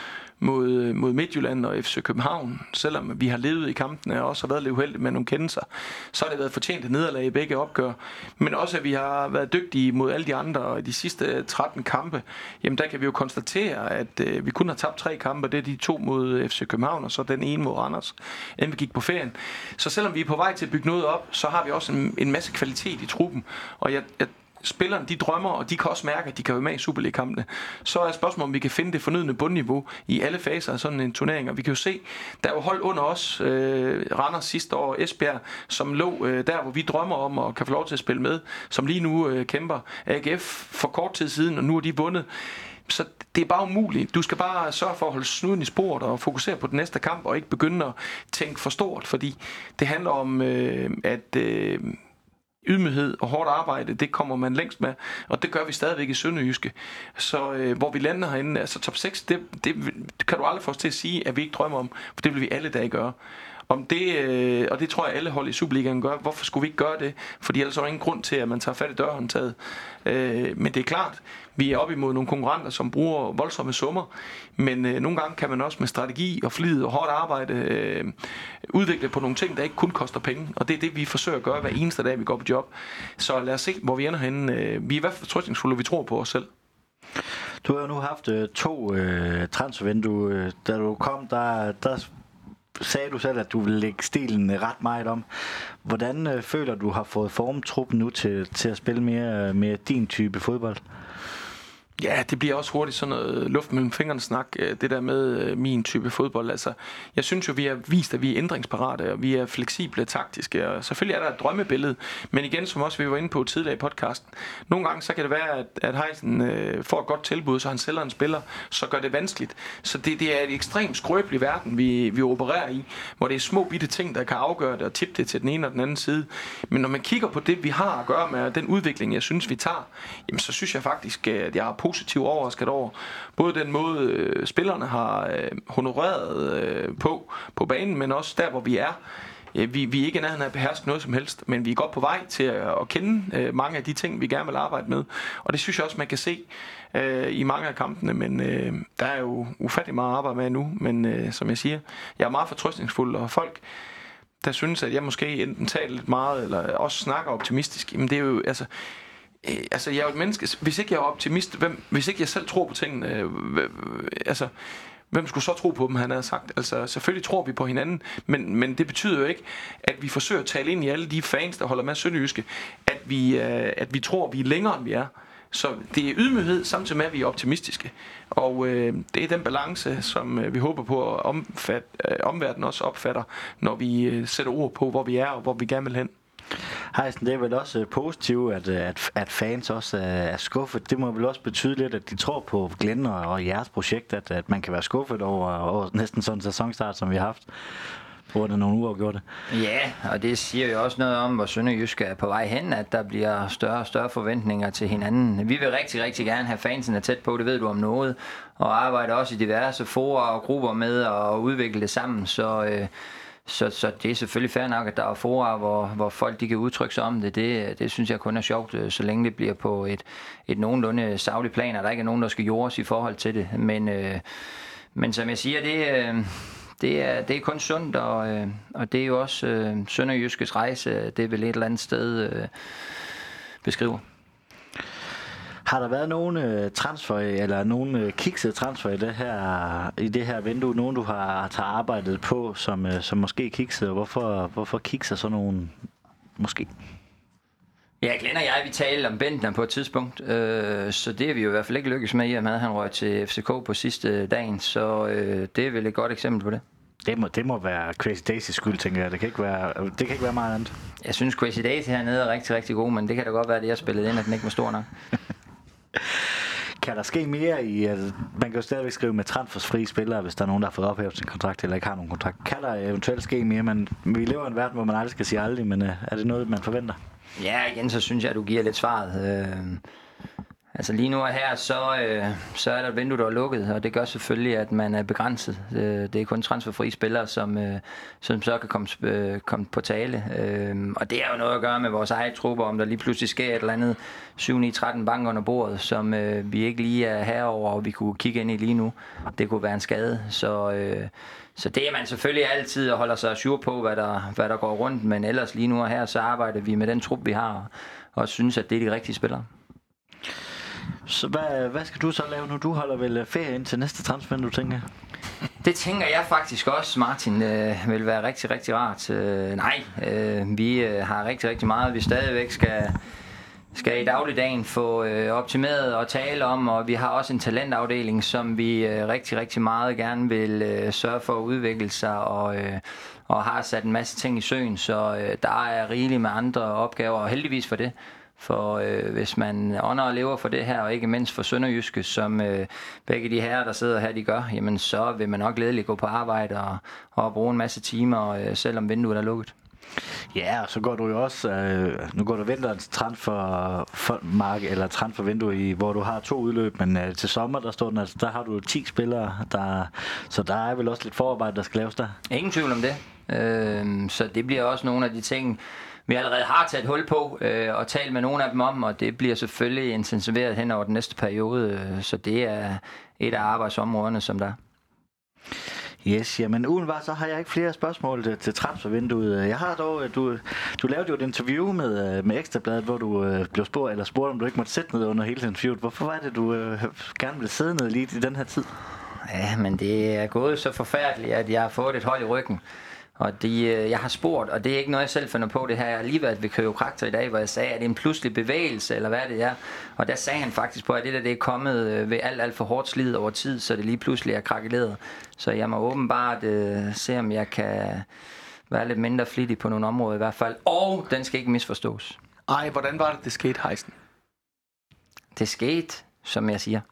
S4: mod Midtjylland og FC København. Selvom vi har levet i kampene og også har været lidt uheldige med nogle kendelser, så har det været fortjent nederlag i begge opgør. Men også at vi har været dygtige mod alle de andre, og i de sidste 13 kampe, jamen der kan vi jo konstatere, at vi kun har tabt 3 kampe. Det er de 2 mod FC København, og så den ene mod Randers, inden vi gik på ferien. Så selvom vi er på vej til at bygge noget op, så har vi også en masse kvalitet i truppen. Og spillerne, de drømmer, og de kan også mærke, at de kan være med i Superliga-kampene. Så er spørgsmålet, om vi kan finde det fornødne bundniveau i alle faser af sådan en turnering. Og vi kan jo se, der er jo hold under os, Randers sidste år, Esbjerg, som lå der, hvor vi drømmer om og kan få lov til at spille med, som lige nu kæmper. AGF for kort tid siden, og nu er de vundet. Så det er bare umuligt. Du skal bare sørge for at holde snuden i sporet og fokusere på den næste kamp, og ikke begynde at tænke for stort, fordi det handler om, at ydmyghed og hårdt arbejde, det kommer man længst med, og det gør vi stadigvæk i Sønderjyske. Så hvor vi lander herinde, altså top 6, det kan du aldrig få os til at sige, at vi ikke drømmer om, for det vil vi alle dage gøre. Om det, og det tror jeg alle hold i Superligaen gør. Hvorfor skulle vi ikke gøre det? Fordi ellers er der ingen grund til, at man tager fat i dørhåndtaget. Men det er klart, vi er oppe imod nogle konkurrenter, som bruger voldsomme summer. Men nogle gange kan man også med strategi og flid og hårdt arbejde udvikle på nogle ting, der ikke kun koster penge. Og det er det, vi forsøger at gøre hver eneste dag, vi går på job. Så lad os se, hvor vi ender henne. Vi er i hvert fald fortrøstningsfulde, og vi tror på os selv.
S2: Du har jo nu haft 2 transfervinduer. Da du kom, der sagde du selv, at du vil lægge stilen ret meget om. Hvordan føler du har fået formet truppen nu til at spille mere med din type fodbold?
S4: Ja, det bliver også hurtigt sådan noget luft mellem fingrene snak, det der med min type fodbold. Altså, jeg synes jo, vi har vist, at vi er ændringsparate, og vi er fleksible taktiske, og selvfølgelig er der et drømmebillede, men igen, som også vi var inde på tidligere i podcasten, nogle gange så kan det være, at Heisen får et godt tilbud, så han sælger en spiller, så gør det vanskeligt. Så det er et ekstremt skrøbelig verden, vi opererer i, hvor det er små bitte ting, der kan afgøre det og tippe det til den ene og den anden side. Men når man kigger på det, vi har at gøre med, den udvikling, jeg synes, vi tager, jamen, så synes jeg faktisk, at jeg har positivt overrasket over både den måde spillerne har honoreret på banen, men også der hvor vi er. Vi er ikke i nærheden af at beherske noget som helst, men vi er godt på vej til at kende mange af de ting, vi gerne vil arbejde med, og det synes jeg også man kan se i mange af kampene, men der er jo ufattelig meget at arbejde med nu, men som jeg siger, jeg er meget fortrøstningsfuld, og folk der synes at jeg måske enten taler lidt meget eller også snakker optimistisk, men det er jo altså jeg er jo et menneske. Hvis ikke jeg er optimist, hvis ikke jeg selv tror på tingene, hvem skulle så tro på dem, han havde sagt? Altså selvfølgelig tror vi på hinanden, men det betyder jo ikke, at vi forsøger at tale ind i alle de fans, der holder med Sønderjyske, at vi tror, vi er længere end vi er. Så det er ydmyghed, samtidig med at vi er optimistiske. Og det er den balance, som vi håber på at omverdenen også opfatter, når vi sætter ord på, hvor vi er og hvor vi gerne vil hen.
S2: Heisen, det er vel også positivt, at fans også er skuffet. Det må vel også betyde lidt, at de tror på Glenn og jeres projekt, at man kan være skuffet over næsten sådan en sæsonstart, som vi har haft, hvor der nogle uafgjorte.
S3: Ja, og det siger jo også noget om, hvor Sønderjysk er på vej hen, at der bliver større og større forventninger til hinanden. Vi vil rigtig, rigtig gerne have fansene tæt på, det ved du om noget, og arbejde også i diverse fora og grupper med at udvikle det sammen, så det er selvfølgelig fair nok, at der er fora, hvor folk de kan udtrykke sig om det. Det synes jeg kun er sjovt, så længe det bliver på et nogenlunde sagligt plan, og der ikke er nogen, der skal jordes i forhold til det. Men som jeg siger, det er kun sundt, og det er jo også Sønderjyskes rejse, det er vel et eller andet sted beskriver.
S2: Har der været nogle transfer, eller nogle kiksede transfer i det her vindue? Nogen, du har arbejdet på, som måske kiksede, og hvorfor kikser sådan nogen måske?
S3: Ja, Glenn og jeg, vi talte om Bentner på et tidspunkt, så det er vi jo i hvert fald ikke lykkes med, i og med at han røg til FCK på sidste dagen, så det er vel et godt eksempel på det.
S2: Det må være Crazy Daisys skyld, tænker jeg. Det kan ikke være meget andet.
S3: Jeg synes, Crazy Daisy hernede er rigtig, rigtig god, men det kan da godt være, at jeg spillede ind, at den ikke var stor nok.
S2: Kan der ske mere i... man kan jo stadigvæk skrive med transferfrie spillere, hvis der er nogen, der har fået ophævet sin kontrakt, eller ikke har nogen kontrakt. Kan der eventuelt ske mere? Men vi lever i en verden, hvor man aldrig skal sige aldrig, men er det noget, man forventer?
S3: Ja, igen, så synes jeg, at du giver lidt svaret. Altså lige nu og her, så er der et vindue, der er lukket, og det gør selvfølgelig, at man er begrænset. Det er kun transferfrie spillere, som så kan komme på tale. Og det er jo noget at gøre med vores eget trupper, om der lige pludselig sker et eller andet 7-9-13 bank under bordet, som vi ikke lige er herover, og vi kunne kigge ind i lige nu. Det kunne være en skade, så det er man selvfølgelig altid og holder sig ajour på, hvad der går rundt, men ellers lige nu og her, så arbejder vi med den trup, vi har, og synes, at det er de rigtige spillere.
S2: Så hvad skal du så lave nu? Du holder vel ferie ind til næste transfer, du tænker?
S3: Det tænker jeg faktisk også, Martin, vil være rigtig, rigtig rart. Vi har rigtig, rigtig meget, vi stadigvæk skal i dagligdagen få optimeret og tale om, og vi har også en talentafdeling, som vi rigtig, rigtig meget gerne vil sørge for at udvikle sig, og har sat en masse ting i søen, så der er rigeligt med andre opgaver, og heldigvis for det. For hvis man ånder og lever for det her, og ikke mindst for Sønderjyske, som begge de herrer, der sidder her, de gør, jamen så vil man nok glædeligt gå på arbejde og bruge en masse timer, selvom vinduet er lukket.
S2: Ja, og så går du jo også, nu går du vinterens transfermarked, eller transfervindue, hvor du har 2 udløb, men til sommer, der har du 10 spillere, så der er vel også lidt forarbejde, der skal laves der.
S3: Ingen tvivl om det. Så det bliver også nogle af de ting, vi allerede har taget hul på og talt med nogle af dem om, og det bliver selvfølgelig intensiveret hen over den næste periode, så det er et af arbejdsområderne, som der.
S2: Yes, jamen udenbart så har jeg ikke flere spørgsmål til transfervinduet. Jeg har dog, du lavede jo et interview med Ekstrabladet, hvor du blev spurgt, om du ikke måtte sætte ned under hele interviewet. Hvorfor var det, du gerne ville sidde ned lige i den her tid?
S3: Ja, men det er gået så forfærdeligt, at jeg har fået et hold i ryggen. Og jeg har spurgt, og det er ikke noget, jeg selv finder på det her. Jeg har lige været ved kiropraktor i dag, hvor jeg sagde, at det er en pludselig bevægelse, eller hvad det er. Og der sagde han faktisk på, at det er kommet ved alt for hårdt slid over tid, så det lige pludselig er krakeleret. Så jeg må åbenbart se, om jeg kan være lidt mindre flittig på nogle områder i hvert fald. Og den skal ikke misforstås.
S4: Ej, hvordan var det skete, Heisen?
S3: Det skete, som jeg siger.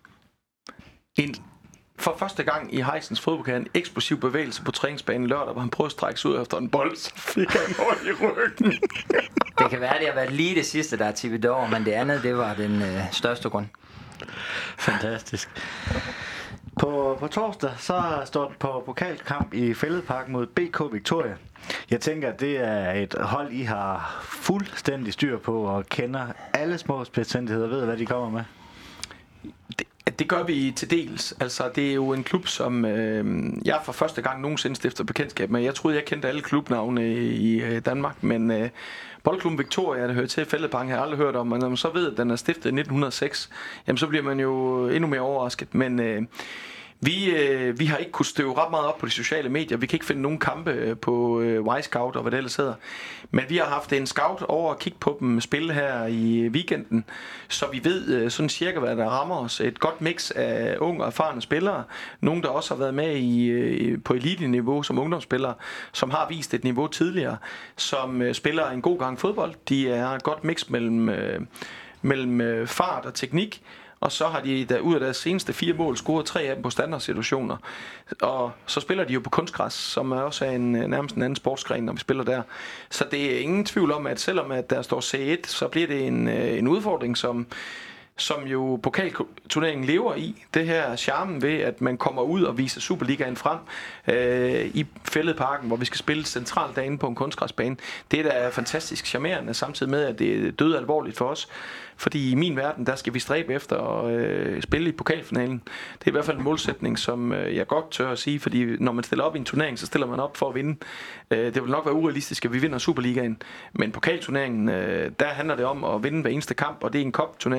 S4: For første gang i Heisens fodboldkarriere en eksplosiv bevægelse på træningsbanen lørdag, hvor han prøvede at strække sig ud efter en bold, så fik han hold i ryggen.
S3: Det kan være, at det har været lige det sidste, der er tippet over, men det andet, det var den største grund.
S2: Fantastisk. På torsdag, så står det på pokalkamp i Fælledparken mod BK Victoria. Jeg tænker, at det er et hold, I har fuldstændig styr på og kender alle små spidsfindigheder, ved hvad de kommer med.
S4: Det gør vi til dels. Altså, det er jo en klub, som jeg for første gang nogensinde stifter bekendtskab med. Jeg troede, jeg kendte alle klubnavne i Danmark, men Boldklubben Victoria, der hører til Fælledparken, har jeg aldrig hørt om. Men når man så ved, at den er stiftet i 1906, jamen, så bliver man jo endnu mere overrasket. Men vi har ikke kunnet støve ret meget op på de sociale medier. Vi kan ikke finde nogen kampe på Y-Scout og hvad det ellers hedder. Men vi har haft en scout over at kigge på dem spille her i weekenden, så vi ved sådan cirka, hvad der rammer os. Et godt mix af unge og erfarne spillere. Nogle, der også har været med på elite-niveau som ungdomsspillere, som har vist et niveau tidligere, som spiller en god gang fodbold. De er et godt mix mellem fart og teknik. Og så har de ud af deres seneste 4 mål scoret 3 af dem på standardsituationer. Og så spiller de jo på kunstgræs, som er også nærmest en anden sportsgren, når vi spiller der. Så det er ingen tvivl om, at selvom at der står C1, så bliver det en udfordring, som jo pokalturneringen lever i. Det her charmen ved, at man kommer ud og viser Superligaen frem i Fælledparken, hvor vi skal spille centralt derinde på en kunstgræsbane. Det er da fantastisk charmerende, samtidig med, at det er død alvorligt for os. Fordi i min verden, der skal vi stræbe efter at spille i pokalfinalen. Det er i hvert fald en målsætning, som jeg godt tør at sige, fordi når man stiller op i en turnering, så stiller man op for at vinde. Det vil nok være urealistisk, at vi vinder Superligaen, men pokalturneringen, der handler det om at vinde hver eneste kamp, og det er en cup-turnering.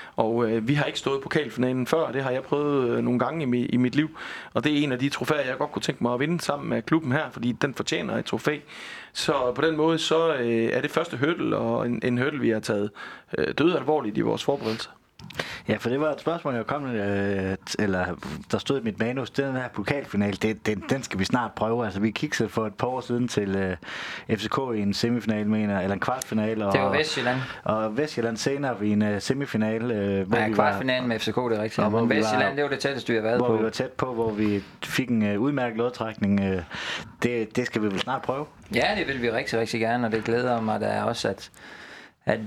S4: Og vi har ikke stået i pokalfinalen før, det har jeg prøvet nogle gange i mit liv. Og det er en af de trofæer, jeg godt kunne tænke mig at vinde sammen med klubben her, fordi den fortjener et trofæ. Så på den måde, så er det første hurdle, og en hurdle, vi har taget død alvorligt i vores forberedelse.
S2: Ja, for det var et spørgsmål, jeg kom eller der stod i mit manus. Den her pokalfinale, den skal vi snart prøve. Altså, vi kiggede for et par år siden til FCK i en semifinal, eller en kvartfinale.
S3: Det var Vestjylland.
S2: Og Vestjylland senere i en semifinale.
S3: Hvor vi kvartfinalen med FCK, det er rigtigt. Men Vestjylland, det var det tætteste, vi har været på.
S2: Hvor vi var tæt på, hvor vi fik en udmærket lodtrækning. Det skal vi vel snart prøve.
S3: Ja, det vil vi rigtig, rigtig gerne, og det glæder mig da også, at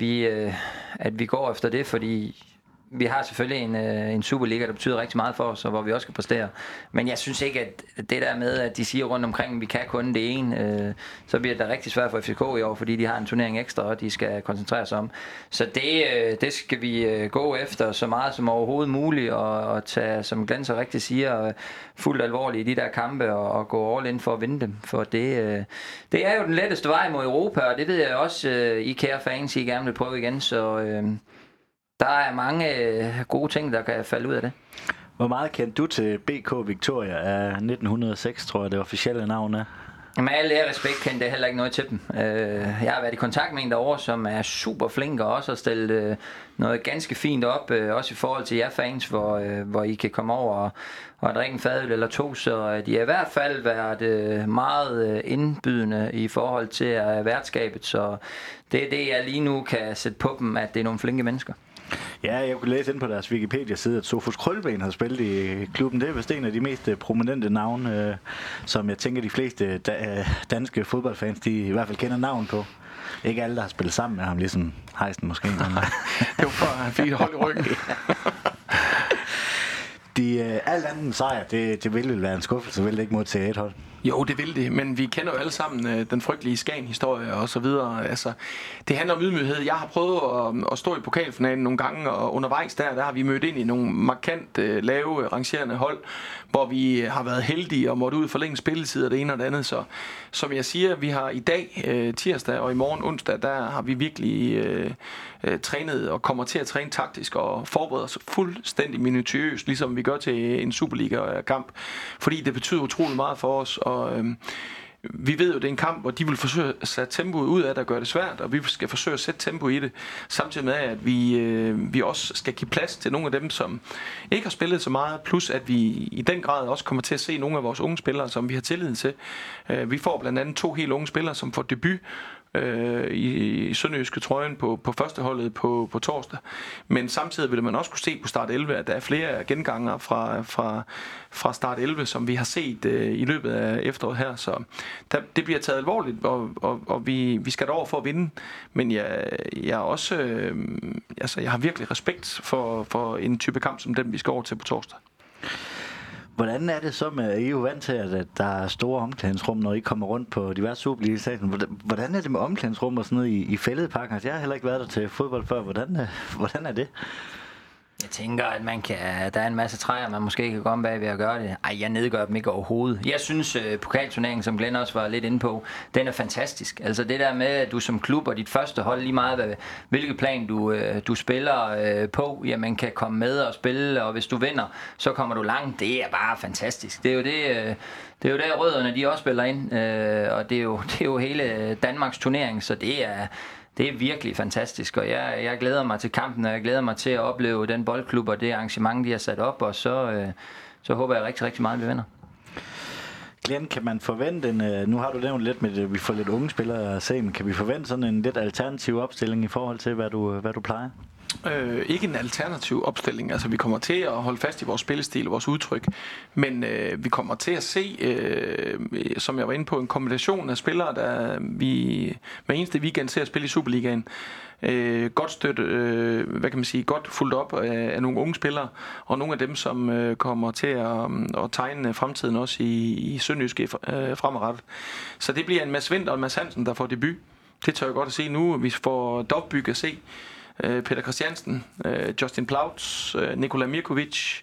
S3: vi går efter det, fordi vi har selvfølgelig en Superliga, der betyder rigtig meget for os, og hvor vi også skal præstere. Men jeg synes ikke, at det der med, at de siger rundt omkring, at vi kan kun det ene, så bliver det rigtig svært for FCK i år, fordi de har en turnering ekstra, og de skal koncentrere sig om. Så det skal vi gå efter så meget som overhovedet muligt, og tage, som Glenn så rigtig siger, fuldt alvorligt i de der kampe, og gå all in for at vinde dem. For det er jo den letteste vej mod Europa, og det ved jeg også, I kære fans, I gerne vil prøve igen, så der er mange gode ting, der kan falde ud af det.
S2: Hvor meget kendte du til BK Victoria af 1906, tror jeg det officielle navn er?
S3: Med al ære respekt kendte jeg heller ikke noget til dem. Jeg har været i kontakt med en derovre, som er super flink og også har stillet noget ganske fint op, også i forhold til jer fans, hvor I kan komme over og drikke en fadøl eller to, så de har i hvert fald været meget indbydende i forhold til værtskabet, så det er det, jeg lige nu kan sætte på dem, at det er nogle flinke mennesker.
S2: Ja, jeg kunne læse ind på deres Wikipedia-side, at Sofus Krølben har spillet i klubben. Det er vist en af de mest prominente navne, som jeg tænker, de fleste danske fodboldfans, de i hvert fald kender navn på. Ikke alle, der har spillet sammen med ham, ligesom Heisen måske.
S4: Det var for, han fik et hold i ryggen.
S2: Alt andet sejr, det ville være en skuffelse, vil det ikke mod til et hold?
S4: Jo, det vil det, men vi kender jo alle sammen den frygtelige Skagen-historie og så videre. Altså, det handler om ydmyghed. Jeg har prøvet at stå i pokalfinalen nogle gange, og undervejs der har vi mødt ind i nogle markant lave, rangerende hold, hvor vi har været heldige og måtte ud for længe spilletid og det ene og det andet. Så som jeg siger, vi har i dag, tirsdag og i morgen onsdag, der har vi virkelig trænet og kommer til at træne taktisk og forbereder os fuldstændig minutiøst, ligesom vi gør til en Superliga-kamp, fordi det betyder utrolig meget for os, og vi ved jo, det er en kamp, hvor de vil forsøge at sætte tempoet ud af, der gør det svært, og vi skal forsøge at sætte tempo i det, samtidig med, at vi også skal give plads til nogle af dem, som ikke har spillet så meget, plus at vi i den grad også kommer til at se nogle af vores unge spillere, som vi har tillid til. Vi får blandt andet 2 helt unge spillere, som får debut i sønderjyske trøjen på førsteholdet på torsdag. Men samtidig vil man også kunne se på start 11, at der er flere genganger fra start 11, som vi har set i løbet af efteråret her. Så det bliver taget alvorligt, og vi skal derover for at vinde. Men jeg også, jeg har virkelig respekt for en type kamp som den, vi skal over til på torsdag.
S2: Hvordan er det så med, I er jo vant til, at der er store omklædningsrum, når I kommer rundt på diverse Superliga-stadion. Hvordan er det med omklædningsrum og sådan noget i Fælledparken? Jeg har heller ikke været der til fodbold før. Hvordan er det?
S3: Jeg tænker, at der er en masse træer, man måske kan komme bag ved at gøre det. Jeg nedgør dem ikke overhovedet. Jeg synes, pokalturneringen, som Glenn også var lidt inde på, den er fantastisk. Altså det der med, at du som klub og dit første hold, lige meget hvilket plan du spiller på, jamen kan komme med og spille, og hvis du vinder, så kommer du langt. Det er bare fantastisk. Det er jo der rødderne, de også spiller ind, og det er jo hele Danmarks turnering, så det er virkelig fantastisk, og jeg glæder mig til kampen, og jeg glæder mig til at opleve den boldklub og det arrangement, de har sat op, og så håber jeg rigtig, rigtig meget, at vi vinder.
S2: Glenn, kan man forvente nu har du nævnt lidt med, at vi får lidt unge spillere at se, men kan vi forvente sådan en lidt alternativ opstilling i forhold til, hvad du plejer?
S4: Ikke en alternativ opstilling. Altså vi kommer til at holde fast i vores spillestil og vores udtryk, men vi kommer til at se, som jeg var inde på, en kombination af spillere, der vi hver eneste weekend ser at spille i Superligaen. Godt støtte, godt fuldt op af nogle unge spillere, og nogle af dem, som kommer til at tegne fremtiden også i sønderjyske fremadrettet. Så det bliver en Mads Vinter og en Mads Hansen, der får debut. Det tør jeg godt at se nu. Vi får Dovbyg at se. Peter Christiansen, Justin Plautz, Nikola Mirkovic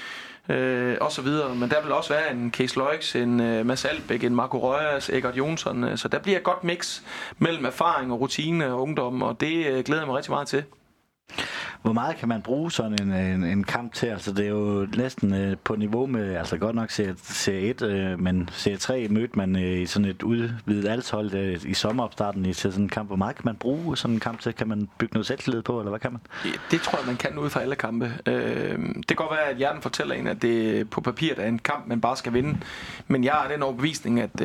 S4: og så videre. Men der vil også være en Case Loix, en Mads Albæk, en Marco Røyers, Egert Jonsson. Så der bliver et godt mix mellem erfaring og rutine og ungdom, og det glæder jeg mig rigtig meget til.
S2: Hvor meget kan man bruge sådan en kamp til? Altså det er jo næsten på niveau med, altså godt nok Serie 1, men Serie 3 mødte man i sådan et udvidet altshold i sommeropstarten til sådan en kamp. Hvor meget kan man bruge sådan en kamp til? Kan man bygge noget selvtillid på, eller hvad kan man?
S4: Ja, det tror jeg, man kan ud fra alle kampe. Det kan godt være, at hjernen fortæller en, at det på papiret er en kamp, man bare skal vinde. Men jeg har den overbevisning, at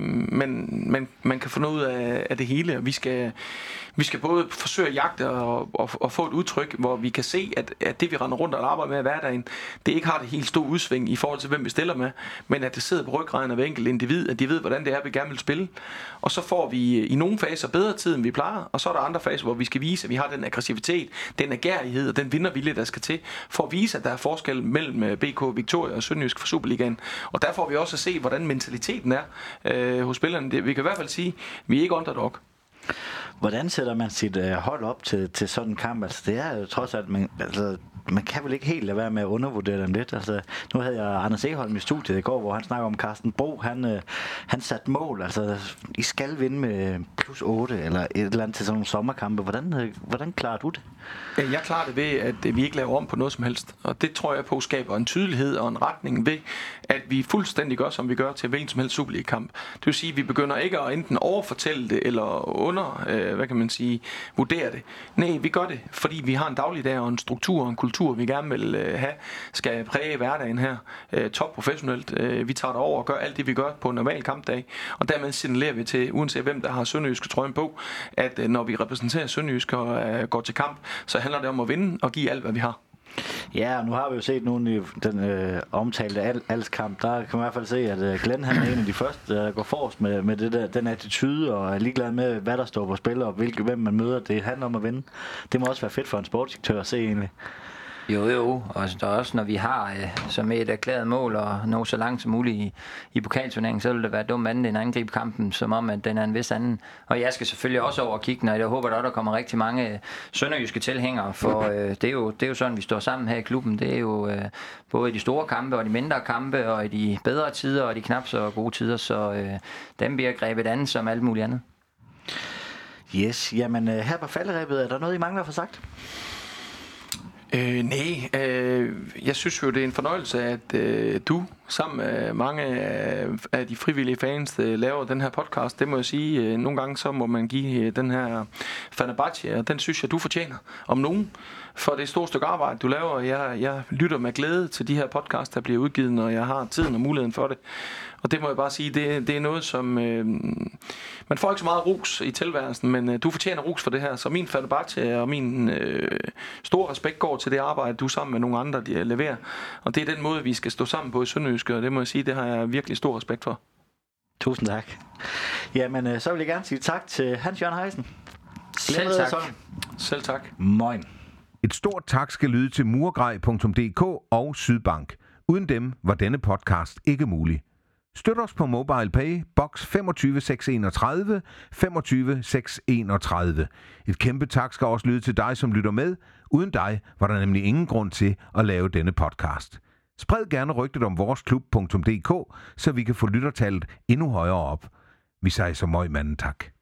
S4: man kan få noget ud af det hele, og vi skal både forsøge at jagte og få et udtryk, hvor vi kan se, at det vi render rundt og arbejder med i hverdagen, det ikke har det helt store udsving i forhold til, hvem vi stiller med, men at det sidder på ryggraden af hver enkelt individ, at de ved, hvordan det er, vi gerne vil spille. Og så får vi i nogle faser bedre tid, end vi plejer, og så er der andre faser, hvor vi skal vise, at vi har den aggressivitet, den agerighed og den vindervilje, der skal til, for at vise, at der er forskel mellem BK Victoria og Sønderjysk for Superligaen. Og der får vi også at se, hvordan mentaliteten er hos spillerne. Vi kan i hvert fald sige, at vi er ikke underdog.
S2: Hvordan sætter man sit hold op til sådan en kamp? Altså det er jo trods alt, man kan vel ikke helt lade være med at undervurdere dem lidt. Altså, nu havde jeg Anders Egholm i studiet i går, hvor han snakker om Carsten Bro. Han satte mål. Altså, I skal vinde med +8 eller et eller andet til sådan nogle sommerkampe. Hvordan klarer du det?
S4: Jeg klarer det ved, at vi ikke laver om på noget som helst. Og det tror jeg på skaber en tydelighed og en retning ved, at vi fuldstændig gør, som vi gør til hvilken som helst Superliga-kamp. Det vil sige, at vi begynder ikke at enten overfortælle det eller vurdere det. Nej, vi gør det, fordi vi har en dagligdag og en struktur og en kultur, vi gerne vil have, skal præge hverdagen her. Top professionelt. Vi tager det over og gør alt det, vi gør på en normal kampdag. Og dermed signalerer vi til, uanset hvem der har sønderjyske trøjen på, at når vi repræsenterer Sønderjysk og går til kamp, så handler det om at vinde og give alt, hvad vi har.
S2: Ja, nu har vi jo set nogen i den omtalte altskamp. Der kan man i hvert fald se, at Glenn han er en af de første, der går forrest med det der, den attitude, og er ligeglad med, hvad der står på spil, og hvem man møder. Det handler om at vinde. Det må også være fedt for en sportsdirektør at se egentlig.
S3: Jo, og der er også, når vi har som et erklæret mål og nå så langt som muligt i pokalturneringen, så vil det være dumt andet end at angribe kampen, som om at den er en vis anden. Og jeg skal selvfølgelig også over og kigge, og jeg håber, der kommer rigtig mange sønderjyske tilhængere, for det er jo sådan, vi står sammen her i klubben. Det er jo både i de store kampe og de mindre kampe, og i de bedre tider og de knap så gode tider, så dem bliver grebet an som alt muligt andet.
S2: Yes, jamen her på falderebet, er der noget, I mangler at få sagt?
S4: Jeg synes jo, det er en fornøjelse, at du sammen med mange af de frivillige fans, der laver den her podcast. Det må jeg sige, nogle gange så må man give den her Fenerbahce, og den synes jeg, du fortjener om nogen. For det store stykke arbejde, du laver. Jeg lytter med glæde til de her podcasts, der bliver udgivet, når jeg har tiden og muligheden for det. Og det må jeg bare sige, det er noget, som... man får ikke så meget ros i tilværelsen, men du fortjener ros for det her. Så min Fenerbahce og min store respekt går til det arbejde, du sammen med nogle andre de leverer. Og det er den måde, vi skal stå sammen på i Sønderjysk, og det må jeg sige, det har jeg virkelig stor respekt for.
S2: Tusind tak. Jamen, så vil jeg gerne sige tak til Hans Jørgen Heisen.
S3: Selv tak.
S4: Selv tak.
S2: Moin.
S1: Et stort tak skal lyde til murgrej.dk og Sydbank. Uden dem var denne podcast ikke mulig. Støt os på MobilePay, box 25631, 25631. Et kæmpe tak skal også lyde til dig, som lytter med. Uden dig var der nemlig ingen grund til at lave denne podcast. Spred gerne rygtet om voresklub.dk, så vi kan få lyttertallet endnu højere op. Vi siger så møg manden tak.